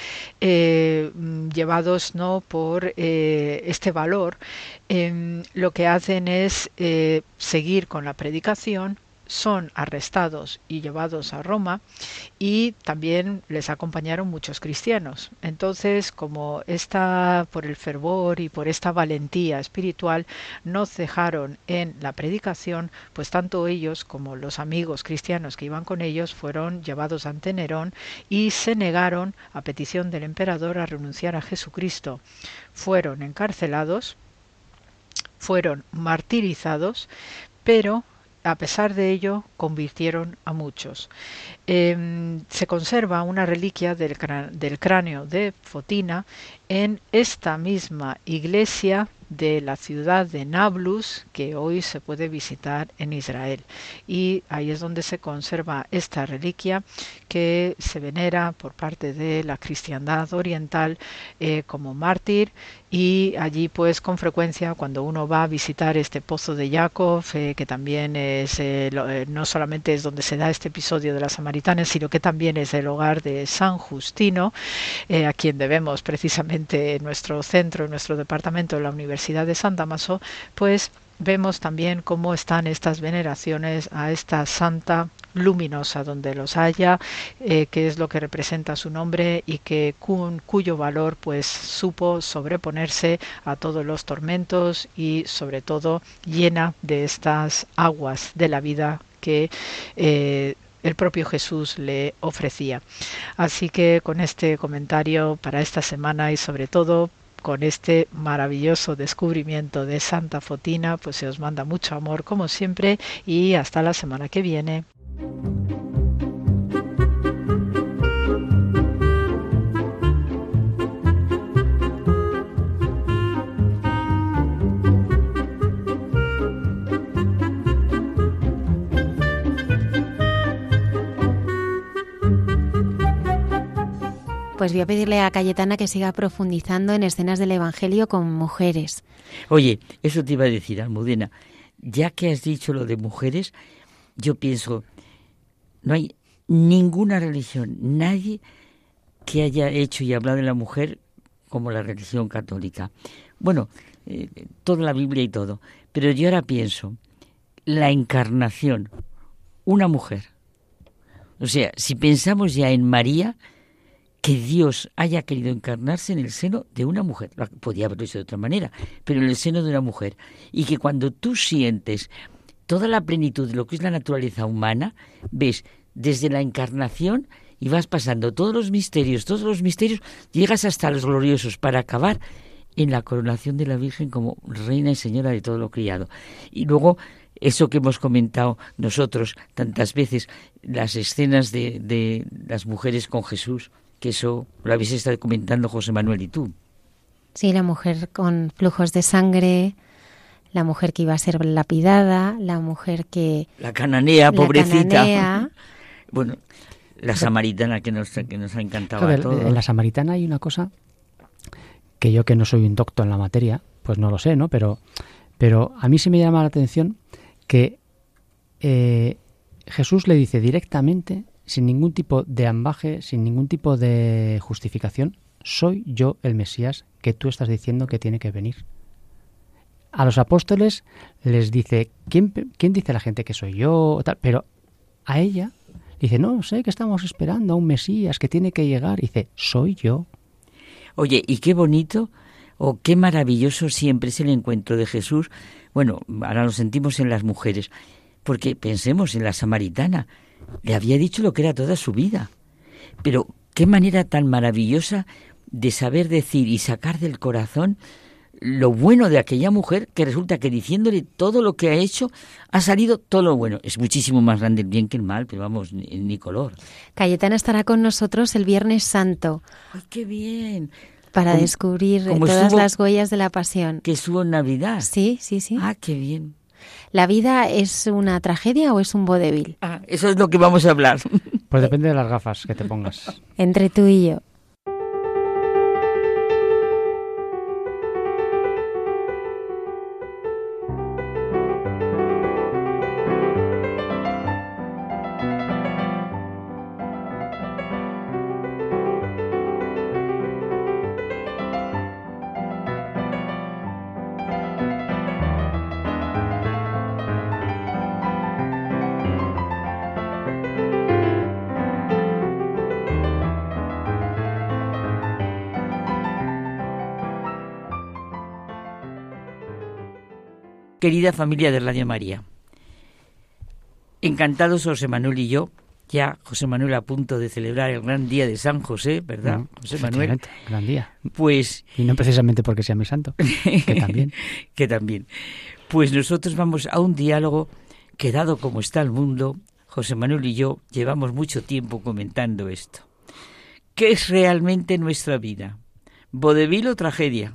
S9: llevados por este valor, lo que hacen es seguir con la predicación. Son arrestados y llevados a Roma y también les acompañaron muchos cristianos. Entonces, como por el fervor y por esta valentía espiritual no cejaron en la predicación, pues tanto ellos como los amigos cristianos que iban con ellos fueron llevados ante Nerón y se negaron, a petición del emperador, a renunciar a Jesucristo. Fueron encarcelados, fueron martirizados, pero a pesar de ello convirtieron a muchos. Se conserva una reliquia del cráneo de Fotina en esta misma iglesia de la ciudad de Nablus, que hoy se puede visitar en Israel, y ahí es donde se conserva esta reliquia que se venera por parte de la cristiandad oriental como mártir. Y allí pues con frecuencia cuando uno va a visitar este pozo de Jacob, que también es no solamente es donde se da este episodio de la samaritana, sino que también es el hogar de San Justino, a quien debemos precisamente nuestro centro, nuestro departamento, la Universidad de San Dámaso, pues vemos también cómo están estas veneraciones a esta santa luminosa donde los haya, que es lo que representa su nombre y que cuyo valor pues supo sobreponerse a todos los tormentos y sobre todo llena de estas aguas de la vida que el propio Jesús le ofrecía. Así que con este comentario para esta semana y sobre todo con este maravilloso descubrimiento de Santa Fotina, pues se os manda mucho amor como siempre y hasta la semana que viene.
S2: Pues voy a pedirle a Cayetana que siga profundizando en escenas del Evangelio con mujeres.
S4: Oye, eso te iba a decir, Almudena. Ya que has dicho lo de mujeres, yo pienso, no hay ninguna religión, nadie que haya hecho y hablado de la mujer como la religión católica. Bueno, toda la Biblia y todo. Pero yo ahora pienso, la encarnación, una mujer. O sea, si pensamos ya en María, que Dios haya querido encarnarse en el seno de una mujer. Podía haberlo hecho de otra manera, pero en el seno de una mujer. Y que cuando tú sientes toda la plenitud de lo que es la naturaleza humana, ves desde la encarnación y vas pasando todos los misterios, llegas hasta los gloriosos para acabar en la coronación de la Virgen como reina y señora de todo lo criado. Y luego, eso que hemos comentado nosotros tantas veces, las escenas de las mujeres con Jesús, que eso lo habéis estado comentando José Manuel y tú.
S2: Sí, la mujer con flujos de sangre, la mujer que iba a ser lapidada, la mujer que...
S4: La cananea, pobrecita.
S2: Cananea.
S4: Bueno, la samaritana que nos ha encantado
S5: a ver,
S4: a todos.
S5: En la samaritana hay una cosa que yo, que no soy un docto en la materia, pues no lo sé, ¿no? Pero a mí sí me llama la atención que Jesús le dice directamente, sin ningún tipo de ambaje, sin ningún tipo de justificación, soy yo el Mesías que tú estás diciendo que tiene que venir. A los apóstoles les dice, ¿quién dice la gente que soy yo? Tal, pero a ella dice, no sé, que estamos esperando a un Mesías que tiene que llegar. Y dice, soy yo.
S4: Oye, y qué bonito o qué maravilloso siempre es el encuentro de Jesús. Bueno, ahora lo sentimos en las mujeres, porque pensemos en la samaritana. Le había dicho lo que era toda su vida. Pero qué manera tan maravillosa de saber decir y sacar del corazón lo bueno de aquella mujer, que resulta que diciéndole todo lo que ha hecho, ha salido todo lo bueno. Es muchísimo más grande el bien que el mal, pero vamos, ni color.
S2: Cayetana estará con nosotros el Viernes Santo.
S4: ¡Ay, qué bien!
S2: Para descubrir todas las huellas de la Pasión.
S4: Que estuvo en Navidad.
S2: Sí.
S4: ¡Ah, qué bien!
S2: ¿La vida es una tragedia o es un vodevil?
S4: Ah, eso es lo que vamos a hablar.
S5: Pues depende de las gafas que te pongas.
S2: Entre tú y yo.
S4: Querida familia de Radio María, encantados José Manuel y yo, ya José Manuel a punto de celebrar el gran día de San José, ¿verdad, José Manuel?
S5: Gran día.
S4: Pues...
S5: Y no precisamente porque sea mi santo, que también.
S4: Que también. Pues nosotros vamos a un diálogo que, dado como está el mundo, José Manuel y yo llevamos mucho tiempo comentando esto. ¿Qué es realmente nuestra vida? ¿Vodevil o tragedia?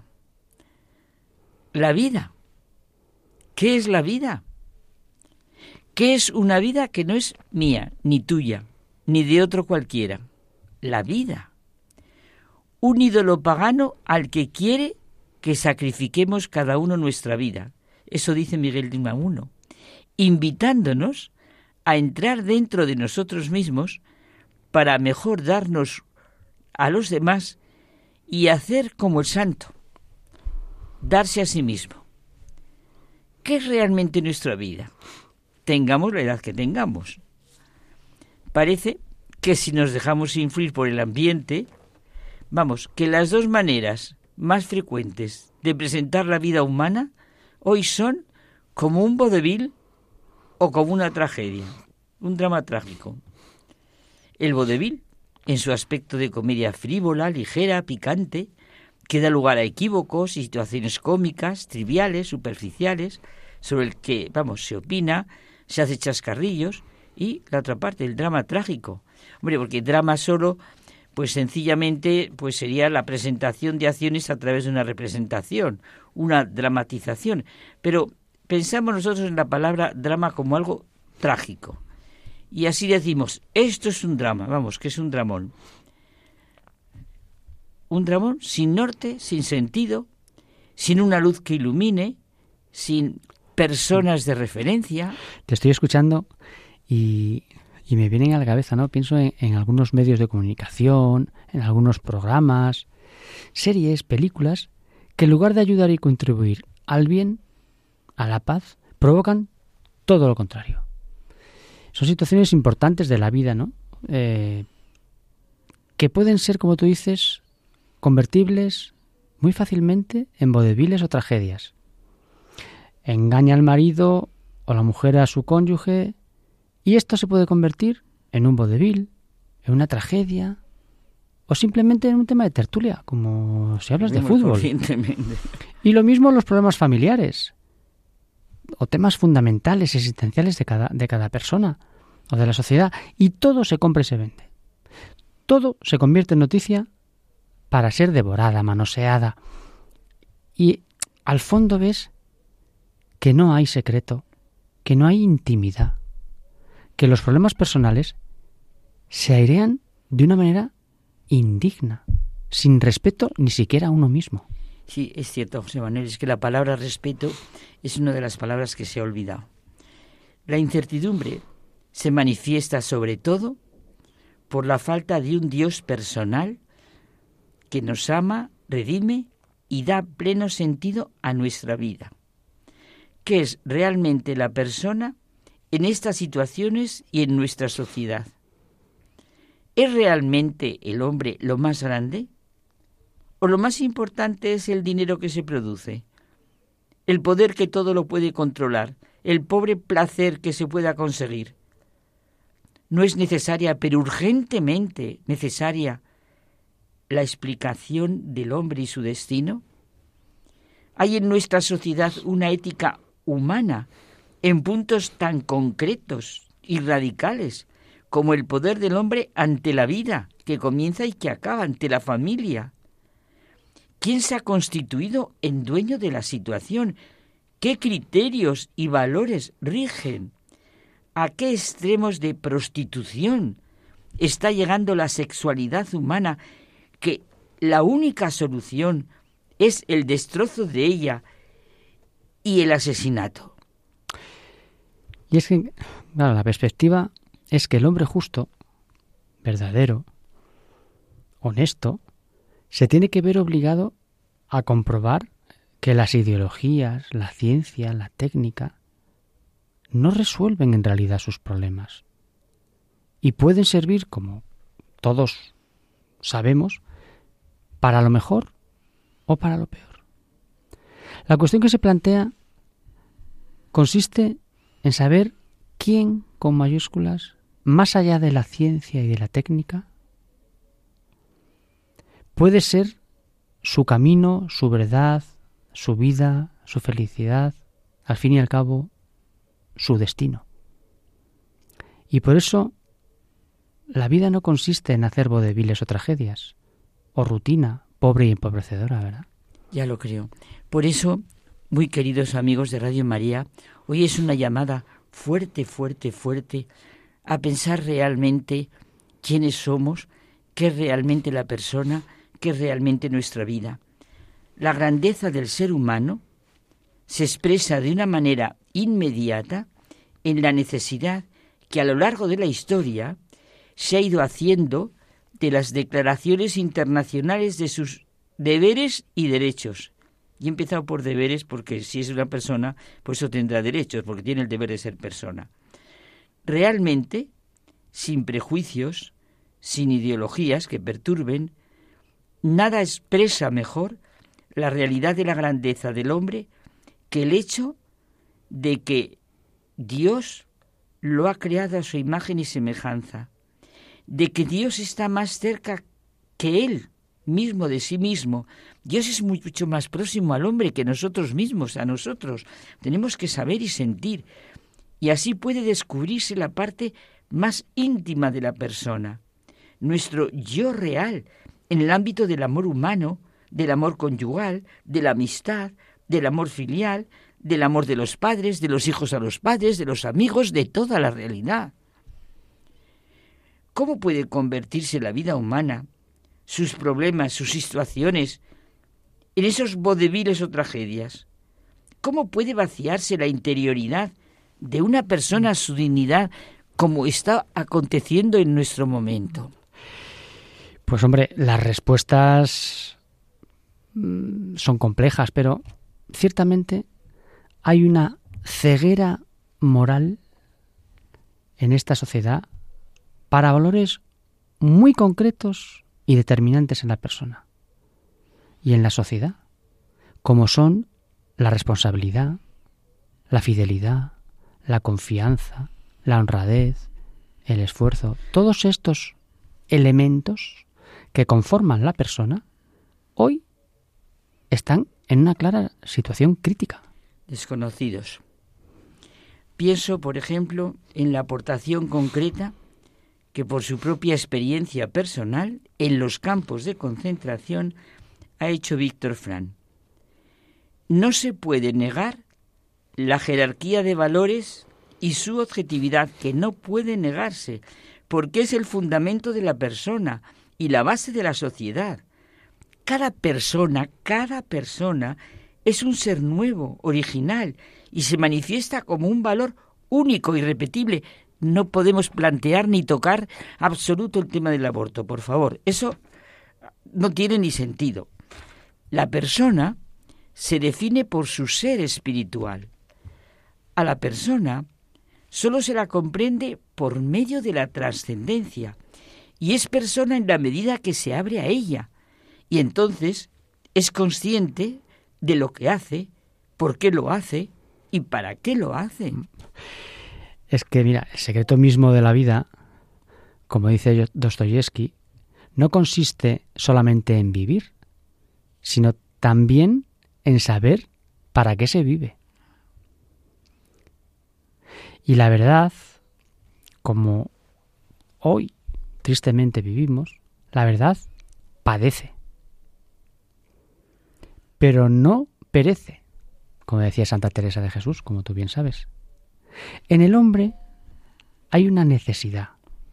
S4: La vida. ¿Qué es la vida? ¿Qué es una vida que no es mía, ni tuya, ni de otro cualquiera? La vida. Un ídolo pagano al que quiere que sacrifiquemos cada uno nuestra vida. Eso dice Miguel de Unamuno, invitándonos a entrar dentro de nosotros mismos para mejor darnos a los demás y hacer como el santo, darse a sí mismo. ¿Qué es realmente nuestra vida? Tengamos la edad que tengamos. Parece que si nos dejamos influir por el ambiente, vamos, que las dos maneras más frecuentes de presentar la vida humana hoy son como un vodevil o como una tragedia, un drama trágico. El vodevil, en su aspecto de comedia frívola, ligera, picante, que da lugar a equívocos y situaciones cómicas, triviales, superficiales, sobre el que, se opina, se hace chascarrillos, y la otra parte, el drama trágico. Hombre, porque drama solo, pues sencillamente, pues sería la presentación de acciones a través de una representación, una dramatización. Pero pensamos nosotros en la palabra drama como algo trágico. Y así decimos, esto es un drama, que es un dramón. un dramón sin norte, sin sentido, sin una luz que ilumine, sin personas de referencia.
S5: Te estoy escuchando y me vienen a la cabeza, ¿no? Pienso en algunos medios de comunicación, en algunos programas, series, películas, que en lugar de ayudar y contribuir al bien, a la paz, provocan todo lo contrario. Son situaciones importantes de la vida, ¿no? Que pueden ser, como tú dices, convertibles muy fácilmente en vodevils o tragedias. Engaña al marido o la mujer a su cónyuge y esto se puede convertir en un vodevil, en una tragedia o simplemente en un tema de tertulia, como si hablas de fútbol. Y lo mismo los problemas familiares o temas fundamentales, existenciales de cada persona o de la sociedad. Y todo se compra y se vende. Todo se convierte en noticia para ser devorada, manoseada. Y al fondo ves que no hay secreto, que no hay intimidad, que los problemas personales se airean de una manera indigna, sin respeto ni siquiera a uno mismo.
S4: Sí, es cierto, José Manuel, es que la palabra respeto es una de las palabras que se ha olvidado. La incertidumbre se manifiesta sobre todo por la falta de un Dios personal que nos ama, redime y da pleno sentido a nuestra vida. ¿Qué es realmente la persona en estas situaciones y en nuestra sociedad? ¿Es realmente el hombre lo más grande? ¿O lo más importante es el dinero que se produce? ¿El poder que todo lo puede controlar? ¿El pobre placer que se pueda conseguir? ¿No es necesaria, pero urgentemente necesaria, la explicación del hombre y su destino? ¿Hay en nuestra sociedad una ética humana en puntos tan concretos y radicales como el poder del hombre ante la vida, que comienza y que acaba, ante la familia? ¿Quién se ha constituido en dueño de la situación? ¿Qué criterios y valores rigen? ¿A qué extremos de prostitución está llegando la sexualidad humana, que la única solución es el destrozo de ella y el asesinato?
S5: Y es que, claro, la perspectiva es que el hombre justo, verdadero, honesto, se tiene que ver obligado a comprobar que las ideologías, la ciencia, la técnica, no resuelven en realidad sus problemas. Y pueden servir, como todos sabemos, para lo mejor o para lo peor. La cuestión que se plantea consiste en saber quién, con mayúsculas, más allá de la ciencia y de la técnica, puede ser su camino, su verdad, su vida, su felicidad, al fin y al cabo, su destino. Y por eso la vida no consiste en hacer vodevils o tragedias, o rutina pobre y empobrecedora, ¿verdad?
S4: Ya lo creo. Por eso, muy queridos amigos de Radio María, hoy es una llamada fuerte, fuerte, fuerte a pensar realmente quiénes somos, qué es realmente la persona, qué es realmente nuestra vida. La grandeza del ser humano se expresa de una manera inmediata en la necesidad que a lo largo de la historia se ha ido haciendo de las declaraciones internacionales de sus deberes y derechos. Y he empezado por deberes porque si es una persona, pues eso tendrá derechos, porque tiene el deber de ser persona. Realmente, sin prejuicios, sin ideologías que perturben, nada expresa mejor la realidad de la grandeza del hombre que el hecho de que Dios lo ha creado a su imagen y semejanza, de que Dios está más cerca que él mismo de sí mismo. Dios es mucho más próximo al hombre que nosotros mismos, a nosotros. Tenemos que saber y sentir, y así puede descubrirse la parte más íntima de la persona, nuestro yo real, en el ámbito del amor humano, del amor conyugal, de la amistad, del amor filial, del amor de los padres, de los hijos a los padres, de los amigos, de toda la realidad. ¿Cómo puede convertirse la vida humana sus problemas, sus situaciones, en esos vodeviles o tragedias? ¿Cómo puede vaciarse la interioridad de una persona, su dignidad, como está aconteciendo en nuestro momento?
S5: Pues hombre, las respuestas son complejas, pero ciertamente hay una ceguera moral en esta sociedad para valores muy concretos y determinantes en la persona y en la sociedad, como son la responsabilidad, la fidelidad, la confianza, la honradez, el esfuerzo. Todos estos elementos que conforman la persona hoy están en una clara situación crítica.
S4: Desconocidos. Pienso, por ejemplo, en la aportación concreta que por su propia experiencia personal en los campos de concentración ha hecho Víctor Frankl. No se puede negar la jerarquía de valores y su objetividad, que no puede negarse, porque es el fundamento de la persona y la base de la sociedad. Cada persona es un ser nuevo, original, y se manifiesta como un valor único, irrepetible. No podemos plantear ni tocar absoluto el tema del aborto, por favor. Eso no tiene ni sentido. La persona se define por su ser espiritual. A la persona solo se la comprende por medio de la trascendencia, y es persona en la medida que se abre a ella, y entonces es consciente de lo que hace, por qué lo hace y para qué lo hace.
S5: Es que, mira, el secreto mismo de la vida, como dice Dostoyevsky, no consiste solamente en vivir, sino también en saber para qué se vive. Y la verdad, como hoy tristemente vivimos, la verdad padece, pero no perece, como decía Santa Teresa de Jesús, como tú bien sabes. En el hombre hay una necesidad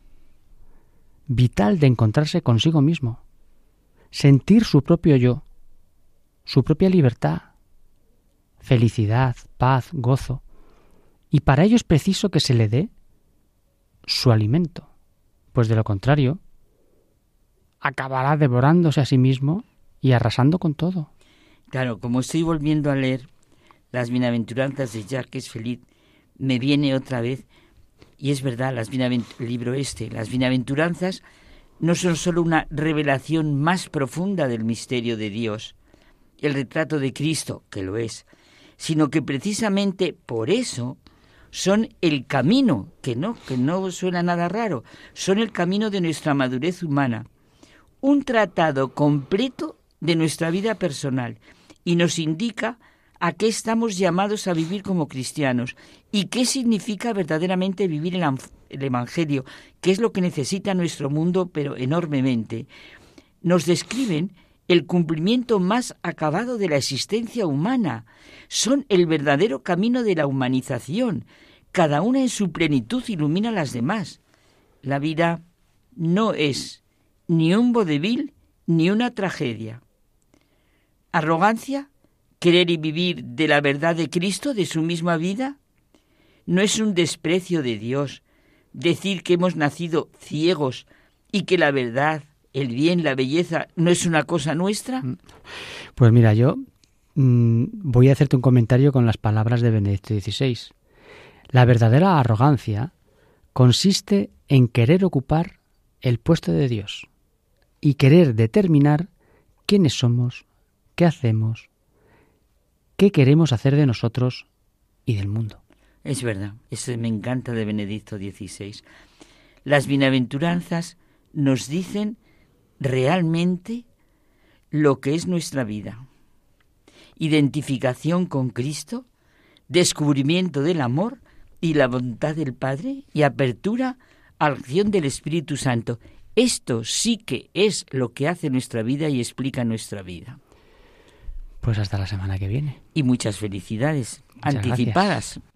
S5: vital de encontrarse consigo mismo, sentir su propio yo, su propia libertad, felicidad, paz, gozo, y para ello es preciso que se le dé su alimento, pues de lo contrario acabará devorándose a sí mismo y arrasando con todo.
S4: Claro, como estoy volviendo a leer las bienaventuranzas de Jacques Ellul, me viene otra vez, y es verdad, las bienaventuranzas no son solo una revelación más profunda del misterio de Dios, el retrato de Cristo, que lo es, sino que precisamente por eso son el camino, que no suena nada raro, son el camino de nuestra madurez humana, un tratado completo de nuestra vida personal, y nos indica a qué estamos llamados a vivir como cristianos y qué significa verdaderamente vivir el Evangelio, que es lo que necesita nuestro mundo, pero enormemente. Nos describen el cumplimiento más acabado de la existencia humana. Son el verdadero camino de la humanización. Cada una en su plenitud ilumina a las demás. La vida no es ni un vodevil ni una tragedia. ¿Arrogancia? ¿Querer y vivir de la verdad de Cristo, de su misma vida? ¿No es un desprecio de Dios decir que hemos nacido ciegos y que la verdad, el bien, la belleza no es una cosa nuestra?
S5: Pues mira, yo voy a hacerte un comentario con las palabras de Benedicto XVI. La verdadera arrogancia consiste en querer ocupar el puesto de Dios y querer determinar quiénes somos, qué hacemos, qué queremos hacer de nosotros y del mundo.
S4: Es verdad, eso me encanta de Benedicto XVI. Las bienaventuranzas nos dicen realmente lo que es nuestra vida. Identificación con Cristo, descubrimiento del amor y la voluntad del Padre y apertura a la acción del Espíritu Santo. Esto sí que es lo que hace nuestra vida y explica nuestra vida.
S5: Pues hasta la semana que viene.
S4: Y muchas felicidades anticipadas. Gracias.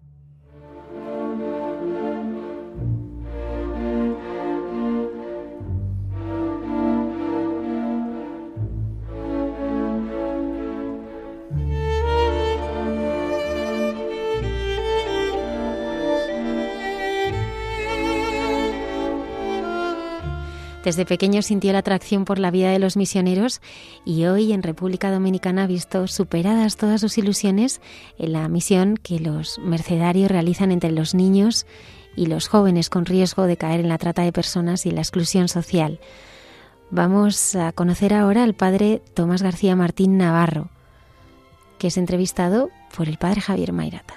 S2: Desde pequeño sintió la atracción por la vida de los misioneros y hoy en República Dominicana ha visto superadas todas sus ilusiones en la misión que los mercedarios realizan entre los niños y los jóvenes con riesgo de caer en la trata de personas y en la exclusión social. Vamos a conocer ahora al padre Tomás García Martín Navarro, que es entrevistado por el padre Javier Mairata.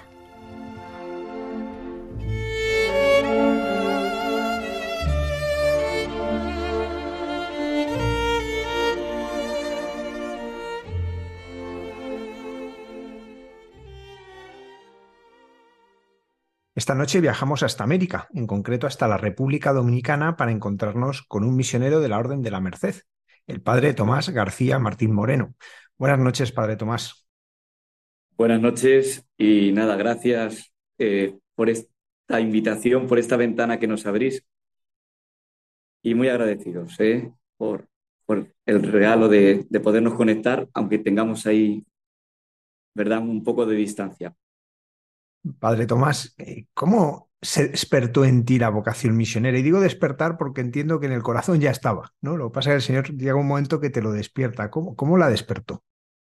S3: Esta noche viajamos hasta América, en concreto hasta la República Dominicana, para encontrarnos con un misionero de la Orden de la Merced, el padre Tomás García Martín Moreno. Buenas noches, padre Tomás.
S10: Buenas noches y nada, gracias por esta invitación, por esta ventana que nos abrís y muy agradecidos por el regalo de podernos conectar, aunque tengamos ahí, ¿verdad?, un poco de distancia.
S3: Padre Tomás, ¿cómo se despertó en ti la vocación misionera? Y digo despertar porque entiendo que en el corazón ya estaba, ¿no? Lo que pasa es que el Señor llega un momento que te lo despierta. ¿Cómo la despertó?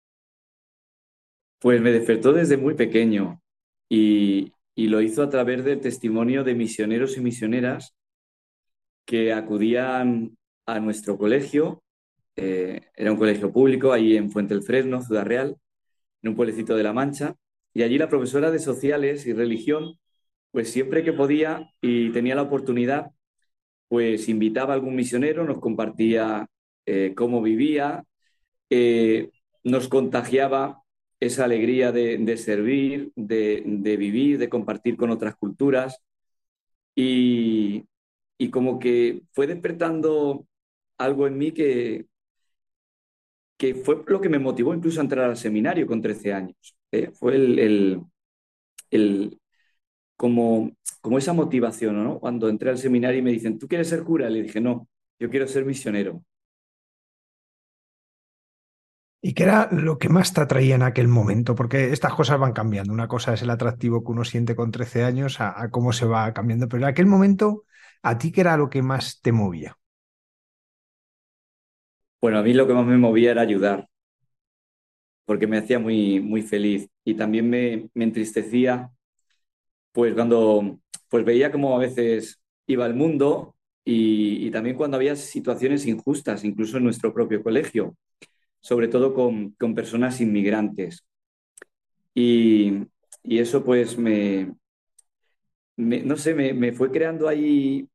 S10: Pues me despertó desde muy pequeño y lo hizo a través del testimonio de misioneros y misioneras que acudían a nuestro colegio. Era un colegio público ahí en Fuente el Fresno, Ciudad Real, en un pueblecito de La Mancha. Y allí la profesora de Sociales y Religión, pues siempre que podía y tenía la oportunidad, pues invitaba a algún misionero, nos compartía cómo vivía, nos contagiaba esa alegría de servir, de vivir, de compartir con otras culturas. Y como que fue despertando algo en mí que fue lo que me motivó incluso a entrar al seminario con 13 años. Fue como esa motivación, ¿no? Cuando entré al seminario y me dicen, ¿tú quieres ser cura? Le dije, no, yo quiero ser misionero.
S3: ¿Y qué era lo que más te atraía en aquel momento? Porque estas cosas van cambiando. Una cosa es el atractivo que uno siente con 13 años a cómo se va cambiando. Pero en aquel momento, ¿a ti qué era lo que más te movía?
S10: Bueno, a mí lo que más me movía era ayudar, porque me hacía muy, muy feliz. Y también me entristecía, pues cuando pues veía cómo a veces iba el mundo y también cuando había situaciones injustas, incluso en nuestro propio colegio, sobre todo con personas inmigrantes. Y eso pues no sé, me fue creando ahí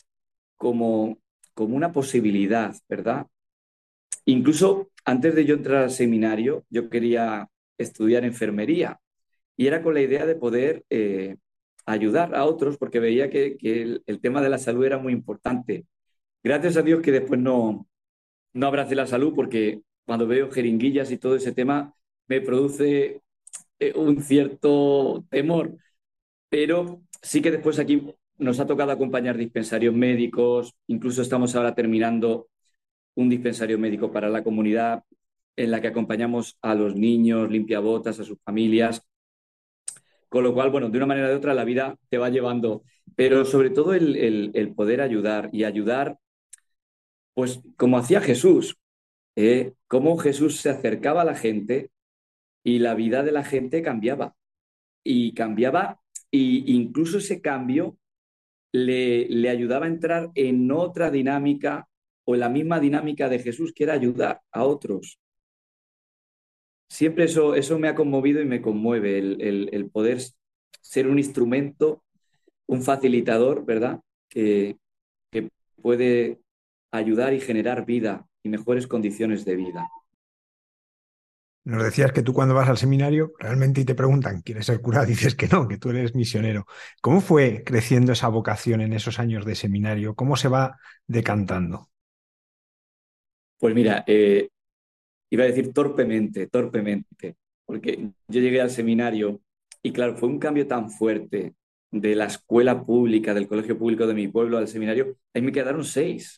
S10: como una posibilidad, ¿verdad? Incluso antes de yo entrar al seminario, yo quería estudiar enfermería y era con la idea de poder ayudar a otros porque veía que el tema de la salud era muy importante. Gracias a Dios que después no abracé la salud porque cuando veo jeringuillas y todo ese tema me produce un cierto temor, pero sí que después aquí nos ha tocado acompañar dispensarios médicos, incluso estamos ahora terminando un dispensario médico para la comunidad en la que acompañamos a los niños, limpiabotas, a sus familias, con lo cual, bueno, de una manera o de otra la vida te va llevando, pero sobre todo el poder ayudar y ayudar, pues como hacía Jesús, cómo Jesús se acercaba a la gente y la vida de la gente cambiaba. Y cambiaba, e incluso ese cambio le ayudaba a entrar en otra dinámica o en la misma dinámica de Jesús, que era ayudar a otros. Siempre eso me ha conmovido y me conmueve, el poder ser un instrumento, un facilitador, ¿verdad? Que puede ayudar y generar vida y mejores condiciones de vida.
S3: Nos decías que tú cuando vas al seminario realmente y te preguntan, ¿quieres ser cura? Dices que no, que tú eres misionero. ¿Cómo fue creciendo esa vocación en esos años de seminario? ¿Cómo se va decantando?
S10: Pues mira, iba a decir torpemente, porque yo llegué al seminario y claro, fue un cambio tan fuerte de la escuela pública, del colegio público de mi pueblo al seminario, ahí me quedaron 6.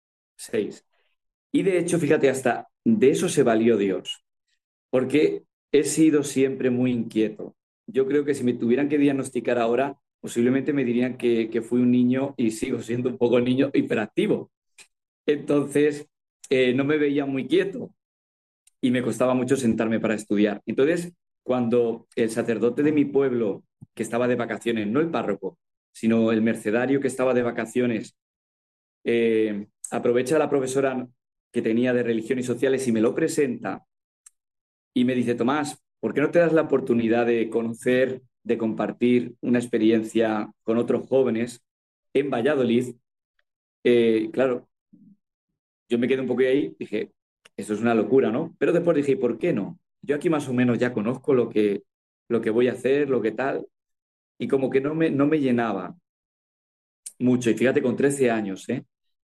S10: Y de hecho, fíjate, hasta de eso se valió Dios, porque he sido siempre muy inquieto. Yo creo que si me tuvieran que diagnosticar ahora, posiblemente me dirían que fui un niño y sigo siendo un poco niño hiperactivo. Entonces, no me veía muy quieto y me costaba mucho sentarme para estudiar. Entonces, cuando el sacerdote de mi pueblo, que estaba de vacaciones, no el párroco, sino el mercedario que estaba de vacaciones, aprovecha a la profesora que tenía de religión y sociales y me lo presenta y me dice, Tomás, ¿por qué no te das la oportunidad de conocer, de compartir una experiencia con otros jóvenes en Valladolid? Claro, yo me quedé un poco ahí, dije, eso es una locura, ¿no? Pero después dije, ¿y por qué no? Yo aquí más o menos ya conozco lo que voy a hacer, lo que tal, y como que no me llenaba mucho. Y fíjate, con 13 años, ¿eh?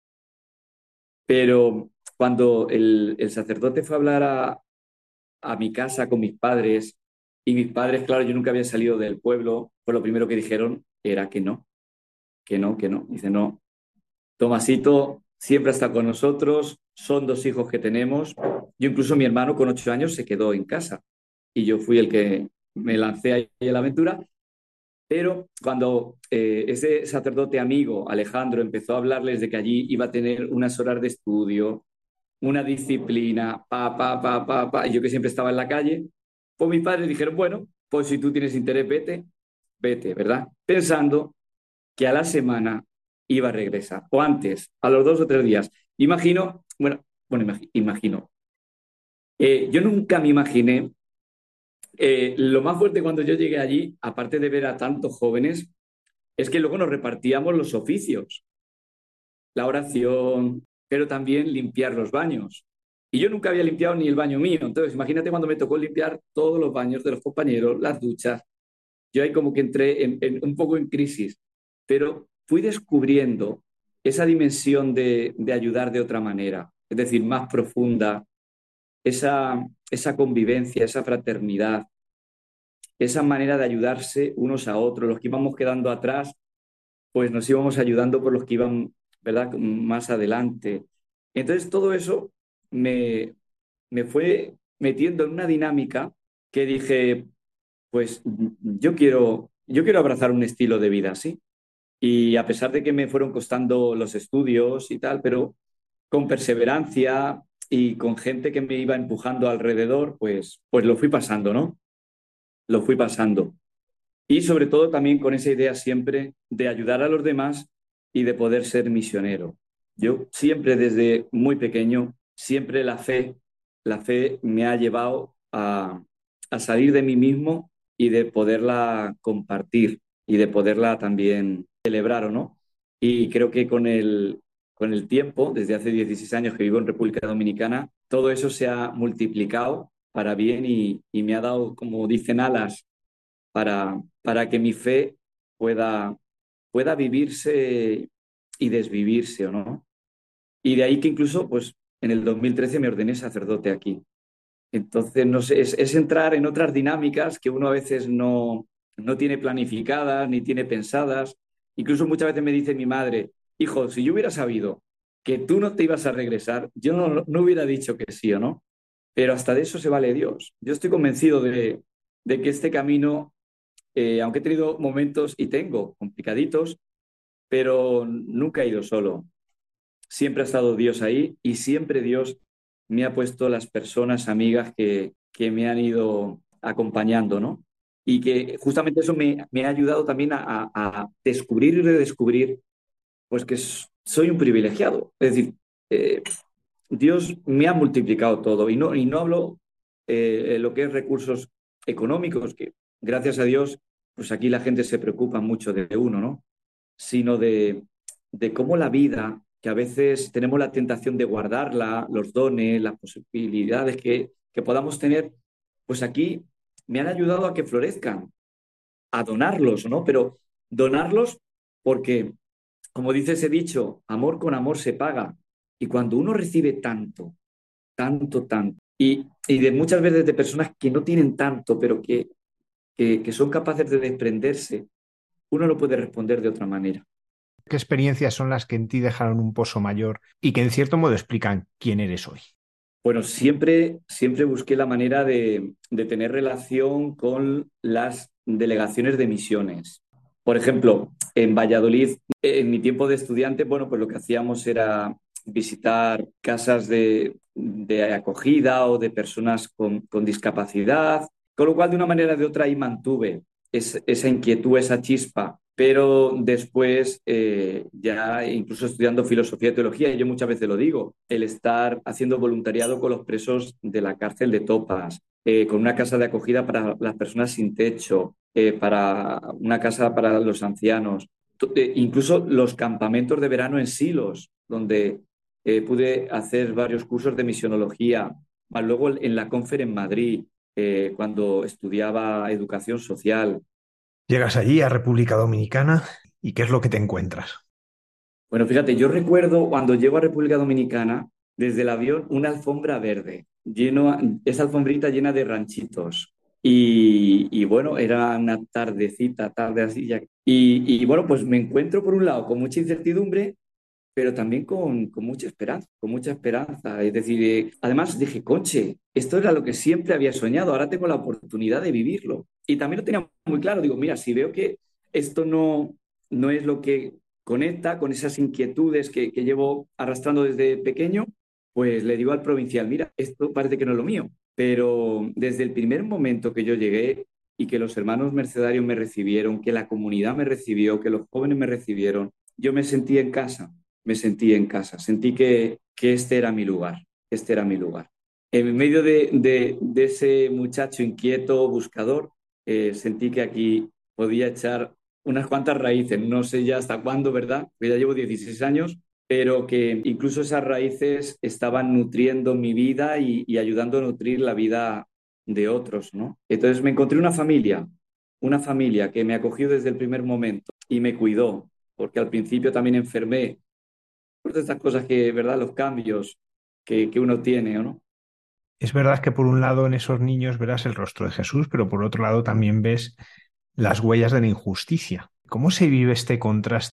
S10: Pero cuando el sacerdote fue a hablar a mi casa con mis padres, y mis padres, claro, yo nunca había salido del pueblo, pues lo primero que dijeron era que no, que no, que no. Dice, no, Tomasito siempre está con nosotros, son 2 hijos que tenemos. Yo incluso mi hermano con 8 años se quedó en casa y yo fui el que me lancé ahí a la aventura. Pero cuando ese sacerdote amigo, Alejandro, empezó a hablarles de que allí iba a tener unas horas de estudio, una disciplina, y yo que siempre estaba en la calle, pues mis padres dijeron, bueno, pues si tú tienes interés, vete, vete, ¿verdad? Pensando que a la semana iba a regresar, o antes, a los 2 o 3 días. Imagino. Yo nunca me imaginé, lo más fuerte cuando yo llegué allí, aparte de ver a tantos jóvenes, es que luego nos repartíamos los oficios, la oración, pero también limpiar los baños. Y yo nunca había limpiado ni el baño mío. Entonces, imagínate cuando me tocó limpiar todos los baños de los compañeros, las duchas. Yo ahí como que entré un poco en crisis, pero fui descubriendo esa dimensión de ayudar de otra manera, es decir, más profunda, esa convivencia, esa fraternidad, esa manera de ayudarse unos a otros. Los que íbamos quedando atrás, pues nos íbamos ayudando por los que iban, ¿verdad?, más adelante. Entonces, todo eso me fue metiendo en una dinámica que dije, pues yo quiero abrazar un estilo de vida así. Y a pesar de que me fueron costando los estudios y tal, pero con perseverancia y con gente que me iba empujando alrededor, pues lo fui pasando, ¿no? Lo fui pasando. Y sobre todo también con esa idea siempre de ayudar a los demás y de poder ser misionero. Yo siempre desde muy pequeño, siempre la fe me ha llevado a salir de mí mismo y de poderla compartir y de poderla también celebrar, ¿o no? Y creo que con el tiempo, desde hace 16 años que vivo en República Dominicana, todo eso se ha multiplicado para bien y me ha dado, como dicen, alas para que mi fe pueda vivirse y desvivirse, ¿o no? Y de ahí que incluso, pues, en el 2013 me ordené sacerdote aquí. Entonces, no sé, es entrar en otras dinámicas que uno a veces no tiene planificadas ni tiene pensadas. Incluso muchas veces me dice mi madre, hijo, si yo hubiera sabido que tú no te ibas a regresar, yo no hubiera dicho que sí o no. Pero hasta de eso se vale Dios. Yo estoy convencido de que este camino, aunque he tenido momentos y tengo complicaditos, pero nunca he ido solo. Siempre ha estado Dios ahí y siempre Dios me ha puesto las personas amigas que me han ido acompañando, ¿no? Y que justamente eso me ha ayudado también a descubrir y redescubrir, pues que soy un privilegiado. Es decir, Dios me ha multiplicado todo y no hablo lo que es recursos económicos, que gracias a Dios, pues aquí la gente se preocupa mucho de uno, ¿no? Sino de cómo la vida, que a veces tenemos la tentación de guardarla, los dones, las posibilidades que podamos tener, pues aquí me han ayudado a que florezcan, a donarlos, ¿no? Pero donarlos porque, como dice ese dicho, amor con amor se paga. Y cuando uno recibe tanto, tanto, tanto, y de muchas veces de personas que no tienen tanto, pero que son capaces de desprenderse, uno lo puede responder de otra manera.
S3: ¿Qué experiencias son las que en ti dejaron un pozo mayor y que en cierto modo explican quién eres hoy?
S10: Bueno, siempre busqué la manera de tener relación con las delegaciones de misiones. Por ejemplo, en Valladolid, en mi tiempo de estudiante, bueno, pues lo que hacíamos era visitar casas de acogida o de personas con discapacidad, con lo cual de una manera o de otra ahí mantuve esa inquietud, esa chispa. Pero después, ya incluso estudiando filosofía y teología, y yo muchas veces lo digo, el estar haciendo voluntariado con los presos de la cárcel de Topas, con una casa de acogida para las personas sin techo, para una casa para los ancianos, incluso los campamentos de verano en silos, donde pude hacer varios cursos de misionología, más luego en la Confer en Madrid, cuando estudiaba educación social.
S3: Llegas allí a República Dominicana y ¿qué es lo que te encuentras?
S10: Bueno, fíjate, yo recuerdo cuando llego a República Dominicana, desde el avión, una alfombra verde, esa alfombrita llena de ranchitos. Y bueno, era una tardecita, tarde así ya. Y bueno, pues me encuentro por un lado con mucha incertidumbre, pero también con mucha esperanza, con mucha esperanza. Es decir, además dije, conche, esto era lo que siempre había soñado, ahora tengo la oportunidad de vivirlo. Y también lo tenía muy claro, digo, mira, si veo que esto no es lo que conecta con esas inquietudes que llevo arrastrando desde pequeño, pues le digo al provincial, mira, esto parece que no es lo mío. Pero desde el primer momento que yo llegué y que los hermanos mercedarios me recibieron, que la comunidad me recibió, que los jóvenes me recibieron, yo me sentí en casa, me sentí en casa, sentí que este era mi lugar, este era mi lugar. En medio de ese muchacho inquieto, buscador, sentí que aquí podía echar unas cuantas raíces, no sé ya hasta cuándo, ¿verdad? Porque ya llevo 16 años, pero que incluso esas raíces estaban nutriendo mi vida y ayudando a nutrir la vida de otros, ¿no? Entonces me encontré una familia que me acogió desde el primer momento y me cuidó, porque al principio también enfermé por todas estas cosas que, ¿verdad? Los cambios que uno tiene, ¿o no?
S3: Es verdad que por un lado en esos niños verás el rostro de Jesús, pero por otro lado también ves las huellas de la injusticia. ¿Cómo se vive este contraste?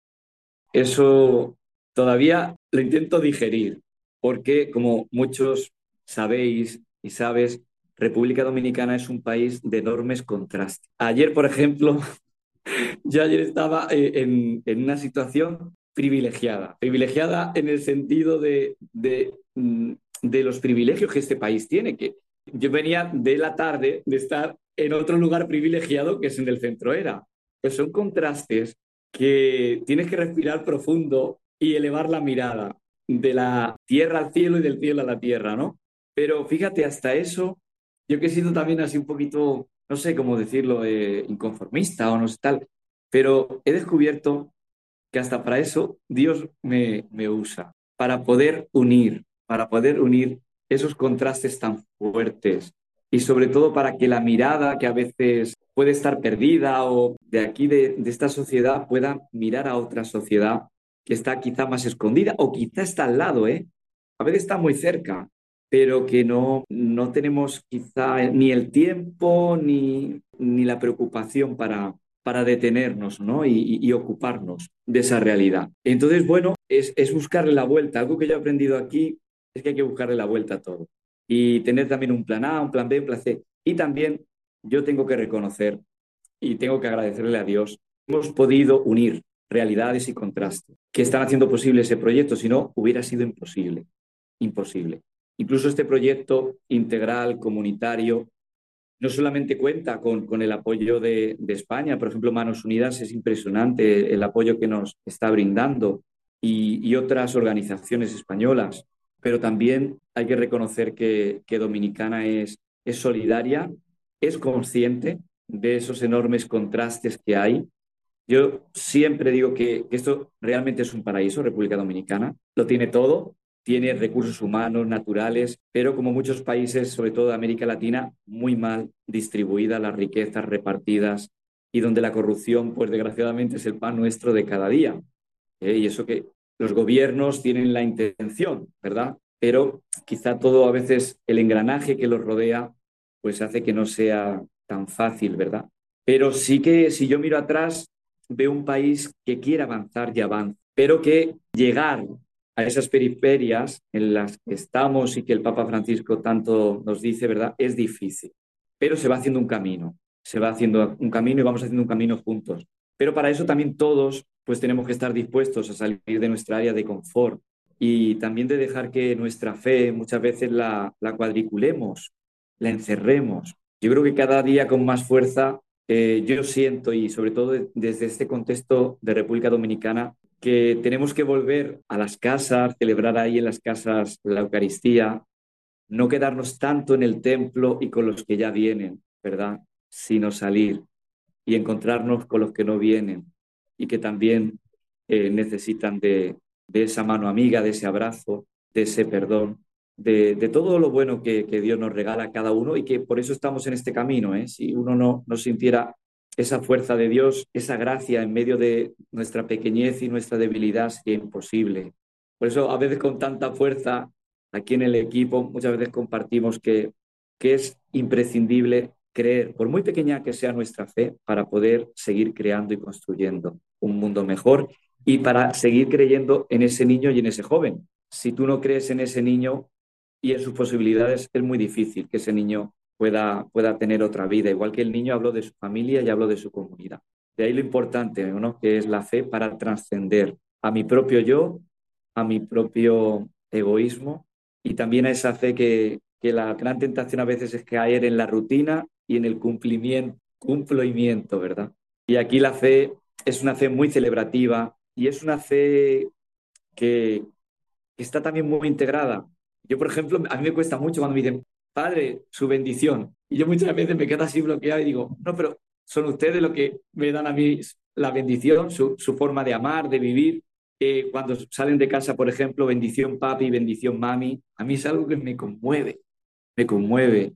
S10: Eso todavía lo intento digerir, porque como muchos sabéis y sabes, República Dominicana es un país de enormes contrastes. Ayer, por ejemplo, yo ayer estaba en una situación privilegiada en el sentido de los privilegios que este país tiene, que yo venía de la tarde de estar en otro lugar privilegiado que es en el centro era. Pues son contrastes que tienes que respirar profundo y elevar la mirada de la tierra al cielo y del cielo a la tierra, ¿no? Pero fíjate, hasta eso, yo que he sido también así un poquito, no sé cómo decirlo, inconformista o no sé tal, pero he descubierto que hasta para eso Dios me usa, para poder unir esos contrastes tan fuertes y sobre todo para que la mirada que a veces puede estar perdida o de aquí de esta sociedad pueda mirar a otra sociedad que está quizá más escondida o quizá está al lado, ¿eh? A veces está muy cerca, pero que no tenemos quizá ni el tiempo ni la preocupación para detenernos, ¿no? Y ocuparnos de esa realidad. Entonces, bueno, es buscarle la vuelta. Algo que yo he aprendido aquí es que hay que buscarle la vuelta a todo. Y tener también un plan A, un plan B, un plan C. Y también yo tengo que reconocer y tengo que agradecerle a Dios. Hemos podido unir realidades y contrastes que están haciendo posible ese proyecto. Si no, hubiera sido imposible. Imposible. Incluso este proyecto integral, comunitario, no solamente cuenta con el apoyo de España, por ejemplo, Manos Unidas es impresionante el apoyo que nos está brindando y otras organizaciones españolas, pero también hay que reconocer que Dominicana es solidaria, es consciente de esos enormes contrastes que hay. Yo siempre digo que esto realmente es un paraíso, República Dominicana, lo tiene todo, tiene recursos humanos, naturales, pero como muchos países, sobre todo de América Latina, muy mal distribuidas las riquezas repartidas y donde la corrupción, pues desgraciadamente, es el pan nuestro de cada día. Y eso que los gobiernos tienen la intención, ¿verdad? Pero quizá todo a veces el engranaje que los rodea, pues hace que no sea tan fácil, ¿verdad? Pero sí que si yo miro atrás, veo un país que quiere avanzar y avanza, pero que llegar a esas periferias en las que estamos y que el Papa Francisco tanto nos dice, ¿verdad? Es difícil, pero se va haciendo un camino, se va haciendo un camino y vamos haciendo un camino juntos. Pero para eso también todos pues tenemos que estar dispuestos a salir de nuestra área de confort y también de dejar que nuestra fe muchas veces la cuadriculemos, la encerremos. Yo creo que cada día con más fuerza yo siento, y sobre todo desde este contexto de República Dominicana, que tenemos que volver a las casas, celebrar ahí en las casas la Eucaristía, no quedarnos tanto en el templo y con los que ya vienen, ¿verdad? Sino salir y encontrarnos con los que no vienen y que también necesitan de esa mano amiga, de ese abrazo, de ese perdón, de todo lo bueno que Dios nos regala a cada uno y que por eso estamos en este camino, ¿eh? Si uno no sintiera esa fuerza de Dios, esa gracia en medio de nuestra pequeñez y nuestra debilidad, sería imposible. Por eso a veces con tanta fuerza aquí en el equipo muchas veces compartimos que es imprescindible creer, por muy pequeña que sea nuestra fe, para poder seguir creando y construyendo un mundo mejor y para seguir creyendo en ese niño y en ese joven. Si tú no crees en ese niño y en sus posibilidades, es muy difícil que ese niño pueda tener otra vida. Igual que el niño habló de su familia y habló de su comunidad. De ahí lo importante, ¿no? Que es la fe para trascender a mi propio yo, a mi propio egoísmo y también a esa fe que la gran tentación a veces es caer en la rutina y en el cumplimiento, ¿verdad? Y aquí la fe es una fe muy celebrativa y es una fe que está también muy integrada. Yo, por ejemplo, a mí me cuesta mucho cuando me dicen, Padre, su bendición. Y yo muchas veces me quedo así bloqueado y digo, no, pero son ustedes los que me dan a mí la bendición, su forma de amar, de vivir. Cuando salen de casa, por ejemplo, bendición papi, bendición mami, a mí es algo que me conmueve, me conmueve.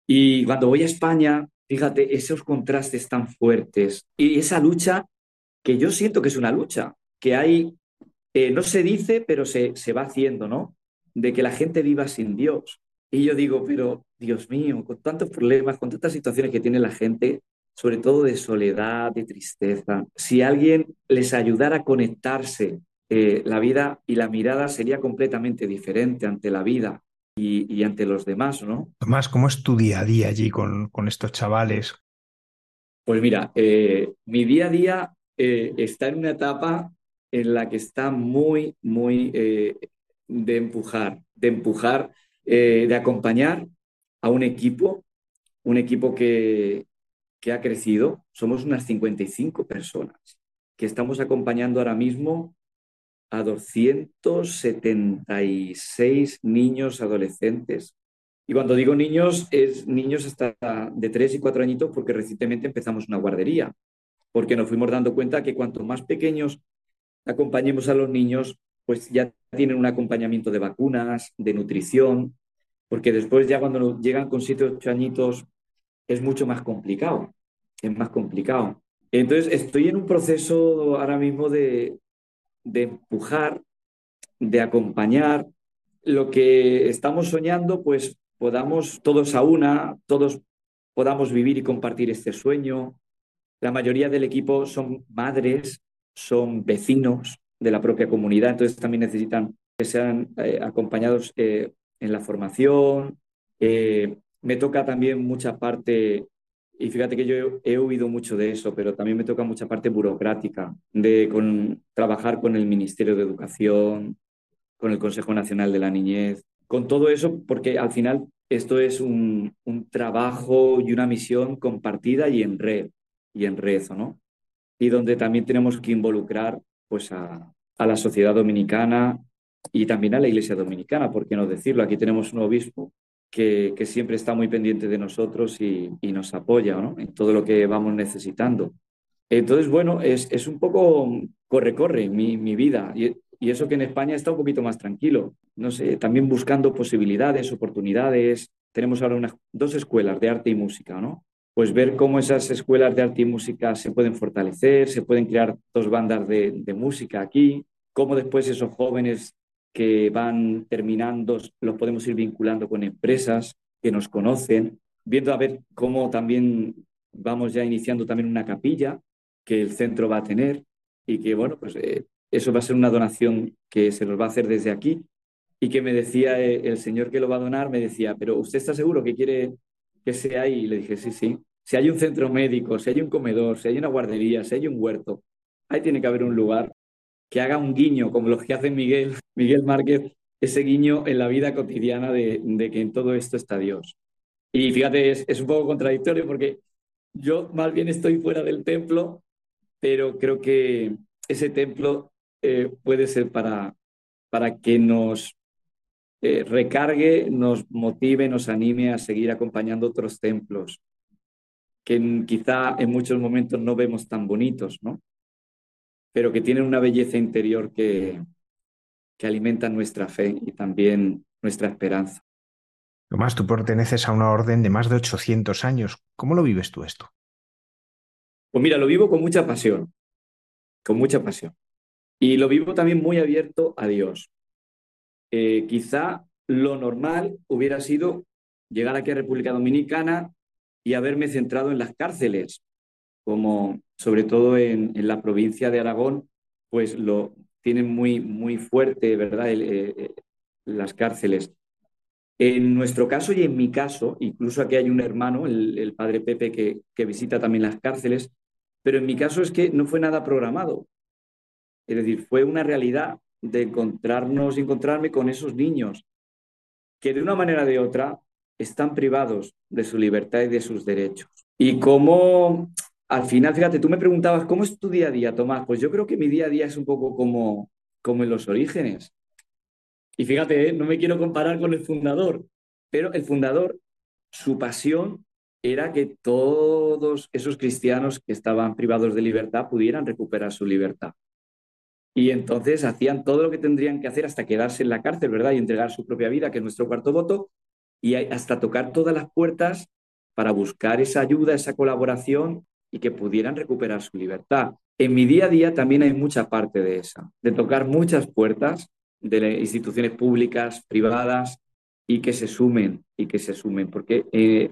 S10: Y cuando voy a España, fíjate, esos contrastes tan fuertes y esa lucha que yo siento que es una lucha, que hay, no se dice, pero se va haciendo, ¿no? De que la gente viva sin Dios. Y yo digo, pero Dios mío, con tantos problemas, con tantas situaciones que tiene la gente, sobre todo de soledad, de tristeza, si alguien les ayudara a conectarse, la vida y la mirada sería completamente diferente ante la vida y ante los demás, ¿no?
S3: Tomás, ¿cómo es tu día a día allí con estos chavales?
S10: Pues mira, mi día a día está en una etapa en la que está muy, muy de empujar, de acompañar a un equipo que ha crecido. Somos unas 55 personas que estamos acompañando ahora mismo a 276 niños adolescentes. Y cuando digo niños, es niños hasta de 3 y 4 añitos, porque recientemente empezamos una guardería, porque nos fuimos dando cuenta que cuanto más pequeños acompañemos a los niños, pues ya tienen un acompañamiento de vacunas, de nutrición, porque después ya cuando llegan con 7 o 8 añitos es mucho más complicado, es más complicado. Entonces estoy en un proceso ahora mismo de empujar, de acompañar lo que estamos soñando, pues podamos todos a una, todos podamos vivir y compartir este sueño. La mayoría del equipo son madres, son vecinos de la propia comunidad, entonces también necesitan que sean acompañados en la formación. Me toca también mucha parte, y fíjate que yo he oído mucho de eso, pero también me toca mucha parte burocrática, de trabajar con el Ministerio de Educación, con el Consejo Nacional de la Niñez, con todo eso, porque al final esto es un trabajo y una misión compartida y en red, ¿no? Y donde también tenemos que involucrar pues a la sociedad dominicana y también a la Iglesia dominicana, ¿por qué no decirlo? Aquí tenemos un obispo que siempre está muy pendiente de nosotros y nos apoya, ¿no? En todo lo que vamos necesitando. Entonces, bueno, es un poco corre mi vida. Y eso que en España está un poquito más tranquilo. No sé, también buscando posibilidades, oportunidades. Tenemos ahora 2 escuelas de arte y música, ¿no? Pues ver cómo esas escuelas de arte y música se pueden fortalecer, se pueden crear 2 bandas de música aquí, cómo después esos jóvenes que van terminando los podemos ir vinculando con empresas que nos conocen, viendo a ver cómo también vamos ya iniciando también una capilla que el centro va a tener y que, bueno, pues eso va a ser una donación que se nos va a hacer desde aquí y que me decía el señor que lo va a donar, me decía, pero ¿usted está seguro que quiere que sea ahí? Y le dije, sí, sí. Si hay un centro médico, si hay un comedor, si hay una guardería, si hay un huerto, ahí tiene que haber un lugar que haga un guiño, como los que hace Miguel Márquez, ese guiño en la vida cotidiana de que en todo esto está Dios. Y fíjate, es un poco contradictorio porque yo más bien estoy fuera del templo, pero creo que ese templo puede ser para que nos recargue, nos motive, nos anime a seguir acompañando otros templos que quizá en muchos momentos no vemos tan bonitos, ¿no? Pero que tienen una belleza interior que alimenta nuestra fe y también nuestra esperanza.
S3: Tomás, tú perteneces a una orden de más de 800 años. ¿Cómo lo vives tú esto?
S10: Pues mira, lo vivo con mucha pasión, con mucha pasión. Y lo vivo también muy abierto a Dios. Quizá lo normal hubiera sido llegar aquí a República Dominicana y haberme centrado en las cárceles, como sobre todo en la provincia de Aragón, pues lo tienen muy, muy fuerte, ¿verdad? Las cárceles. En nuestro caso y en mi caso, incluso aquí hay un hermano, el padre Pepe, que visita también las cárceles, pero en mi caso es que no fue nada programado. Es decir, fue una realidad de encontrarnos y encontrarme con esos niños que de una manera o de otra están privados de su libertad y de sus derechos. Y cómo, al final, fíjate, tú me preguntabas, ¿cómo es tu día a día, Tomás? Pues yo creo que mi día a día es un poco como en los orígenes. Y fíjate, no me quiero comparar con el fundador, pero el fundador, su pasión era que todos esos cristianos que estaban privados de libertad pudieran recuperar su libertad. Y entonces hacían todo lo que tendrían que hacer hasta quedarse en la cárcel, ¿verdad? Y entregar su propia vida, que es nuestro cuarto voto, y hasta tocar todas las puertas para buscar esa ayuda, esa colaboración y que pudieran recuperar su libertad. En mi día a día también hay mucha parte de esa, de tocar muchas puertas de instituciones públicas, privadas, y que se sumen, porque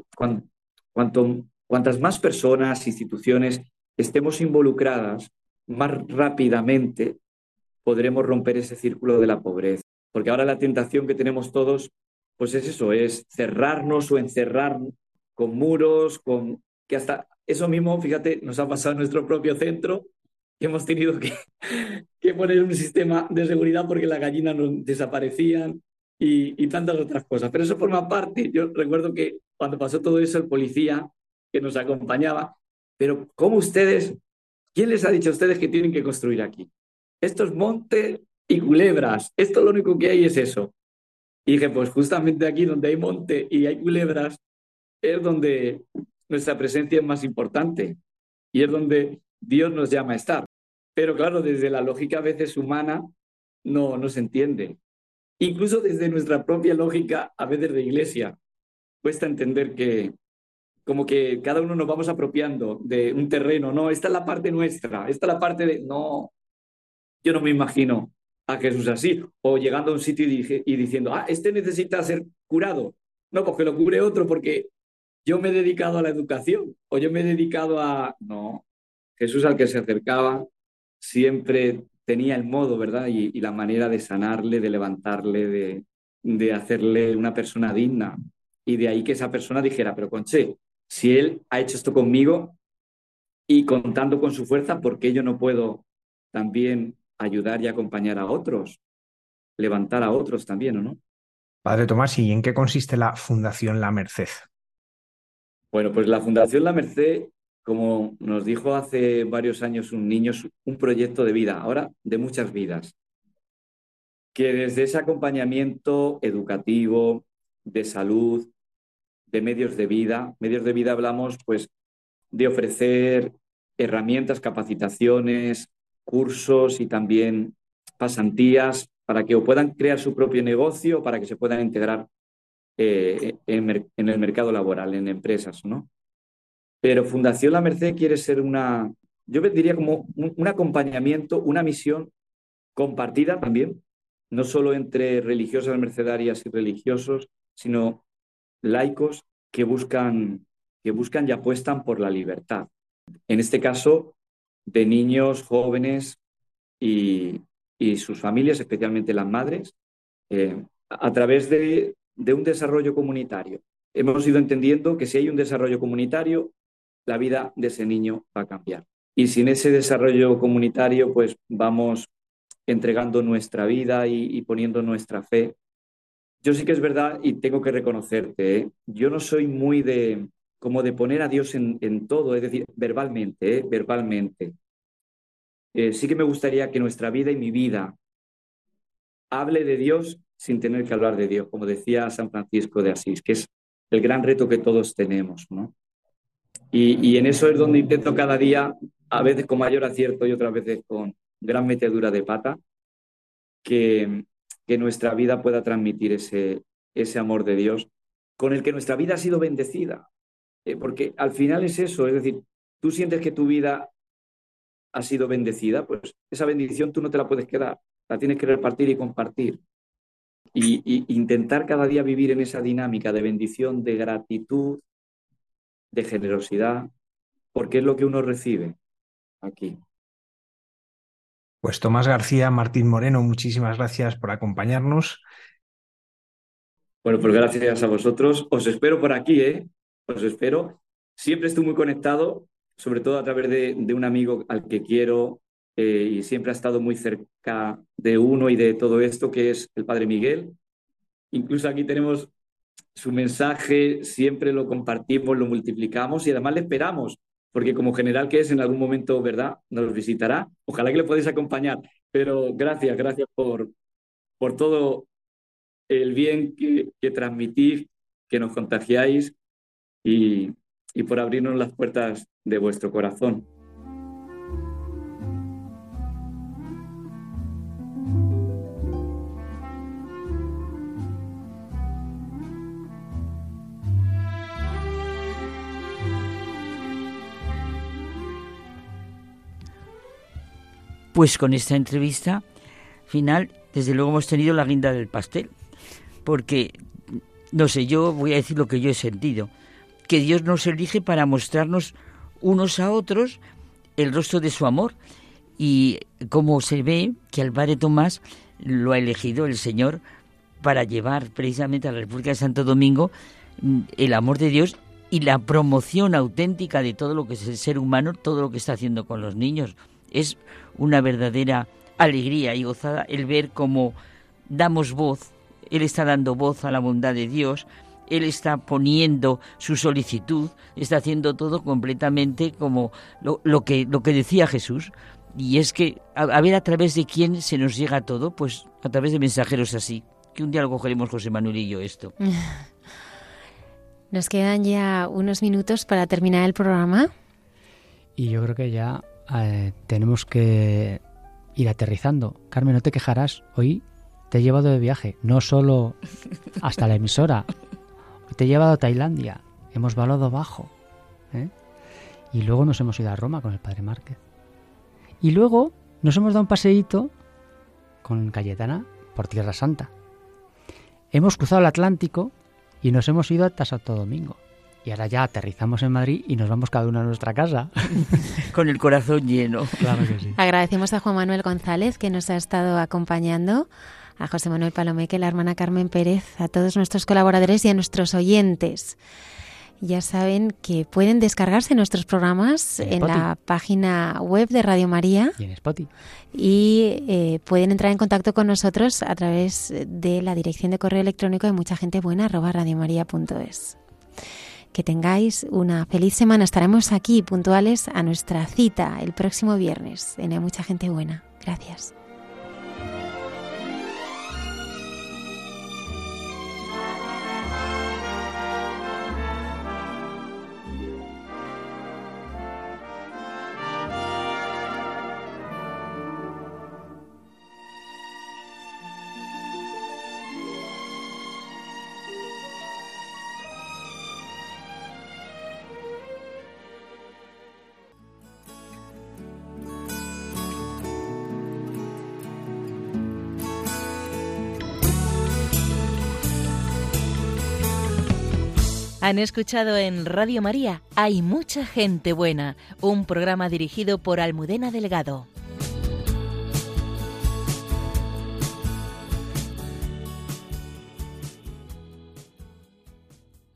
S10: cuantas más personas, instituciones estemos involucradas, más rápidamente podremos romper ese círculo de la pobreza. Porque ahora la tentación que tenemos todos, pues es eso, es cerrarnos o encerrar con muros, que hasta eso mismo, fíjate, nos ha pasado en nuestro propio centro, que hemos tenido que poner un sistema de seguridad porque las gallinas nos desaparecían y tantas otras cosas. Pero eso forma parte. Yo recuerdo que cuando pasó todo eso, el policía que nos acompañaba, pero ¿cómo ustedes, quién les ha dicho a ustedes que tienen que construir aquí? Esto es monte y culebras. Esto lo único que hay es eso. Y dije, pues justamente aquí donde hay monte y hay culebras es donde nuestra presencia es más importante y es donde Dios nos llama a estar. Pero claro, desde la lógica a veces humana no se entiende. Incluso desde nuestra propia lógica, a veces de iglesia, cuesta entender que como que cada uno nos vamos apropiando de un terreno. No, esta es la parte nuestra, esta es la parte de... No, yo no me imagino a Jesús así, o llegando a un sitio y diciendo, este necesita ser curado. No, pues que lo cure otro porque yo me he dedicado a la educación o yo me he dedicado a... No, Jesús al que se acercaba siempre tenía el modo, ¿verdad? Y la manera de sanarle, de levantarle, de hacerle una persona digna. Y de ahí que esa persona dijera, pero Conche, si él ha hecho esto conmigo y contando con su fuerza, ¿por qué yo no puedo también ayudar y acompañar a otros? Levantar a otros también, ¿o no?
S3: Padre Tomás, ¿y en qué consiste la Fundación La Merced?
S10: Bueno, pues la Fundación La Merced, como nos dijo hace varios años un niño, es un proyecto de vida, ahora de muchas vidas, que desde ese acompañamiento educativo, de salud, de medios de vida hablamos pues de ofrecer herramientas, capacitaciones, cursos y también pasantías para que o puedan crear su propio negocio o para que se puedan integrar en el mercado laboral, en empresas, ¿no? Pero Fundación La Merced quiere ser yo diría como un acompañamiento, una misión compartida también, no solo entre religiosas mercedarias y religiosos, sino laicos que buscan y apuestan por la libertad. En este caso, de niños, jóvenes y sus familias, especialmente las madres, a través de un desarrollo comunitario. Hemos ido entendiendo que si hay un desarrollo comunitario, la vida de ese niño va a cambiar. Y sin ese desarrollo comunitario, pues vamos entregando nuestra vida y poniendo nuestra fe. Yo sí que es verdad y tengo que reconocerte, ¿eh? Yo no soy muy de poner a Dios en todo, es decir, verbalmente, verbalmente. Sí que me gustaría que nuestra vida y mi vida hable de Dios sin tener que hablar de Dios, como decía San Francisco de Asís, que es el gran reto que todos tenemos, ¿no? Y en eso es donde intento cada día, a veces con mayor acierto y otras veces con gran metedura de pata, que nuestra vida pueda transmitir ese amor de Dios con el que nuestra vida ha sido bendecida. Porque al final es eso, es decir, tú sientes que tu vida ha sido bendecida, pues esa bendición tú no te la puedes quedar, la tienes que repartir y compartir. Y intentar cada día vivir en esa dinámica de bendición, de gratitud, de generosidad, porque es lo que uno recibe aquí.
S3: Pues Tomás García, Martín Moreno, muchísimas gracias por acompañarnos.
S10: Bueno, pues gracias a vosotros. Os espero por aquí, ¿eh? Os espero. Siempre estoy muy conectado, sobre todo a través de un amigo al que quiero y siempre ha estado muy cerca de uno y de todo esto, que es el Padre Miguel. Incluso aquí tenemos su mensaje, siempre lo compartimos, lo multiplicamos y además le esperamos, porque como general que es, en algún momento, ¿verdad?, nos visitará. Ojalá que le podáis acompañar. Pero gracias por todo el bien que transmitís, que nos contagiáis y por abrirnos las puertas de vuestro corazón.
S4: Pues con esta entrevista final, desde luego hemos tenido la guinda del pastel, porque, no sé, yo voy a decir lo que yo he sentido, que Dios nos elige para mostrarnos unos a otros el rostro de su amor, y como se ve que al Padre Tomás lo ha elegido el Señor para llevar precisamente a la República de Santo Domingo el amor de Dios y la promoción auténtica de todo lo que es el ser humano, todo lo que está haciendo con los niños. Es una verdadera alegría y gozada el ver cómo damos voz. Él está dando voz a la bondad de Dios, Él está poniendo su solicitud, está haciendo todo completamente como lo que decía Jesús. Y es que a ver a través de quién se nos llega todo, pues a través de mensajeros así, que un día lo cogeremos José Manuel y yo esto.
S2: Nos quedan ya unos minutos para terminar el programa.
S5: Y yo creo que ya tenemos que ir aterrizando. Carmen, no te quejarás, hoy te he llevado de viaje, no solo hasta la emisora, te he llevado a Tailandia, hemos volado bajo, y luego nos hemos ido a Roma con el Padre Márquez. Y luego nos hemos dado un paseíto con Cayetana por Tierra Santa. Hemos cruzado el Atlántico y nos hemos ido hasta Santo Domingo. Y ahora ya aterrizamos en Madrid y nos vamos cada uno a nuestra casa.
S4: Con el corazón lleno.
S5: Claro que sí.
S2: Agradecemos a Juan Manuel González, que nos ha estado acompañando, a José Manuel Palomeque, la hermana Carmen Pérez, a todos nuestros colaboradores y a nuestros oyentes. Ya saben que pueden descargarse nuestros programas en la página web de Radio María.
S5: Y en Spotify.
S2: Y pueden entrar en contacto con nosotros a través de la dirección de correo electrónico de muchagentebuena@radiomaria.es. Que tengáis una feliz semana. Estaremos aquí puntuales a nuestra cita el próximo viernes en Hay Mucha Gente Buena. Gracias.
S1: Han escuchado en Radio María Hay Mucha Gente Buena, un programa dirigido por Almudena Delgado.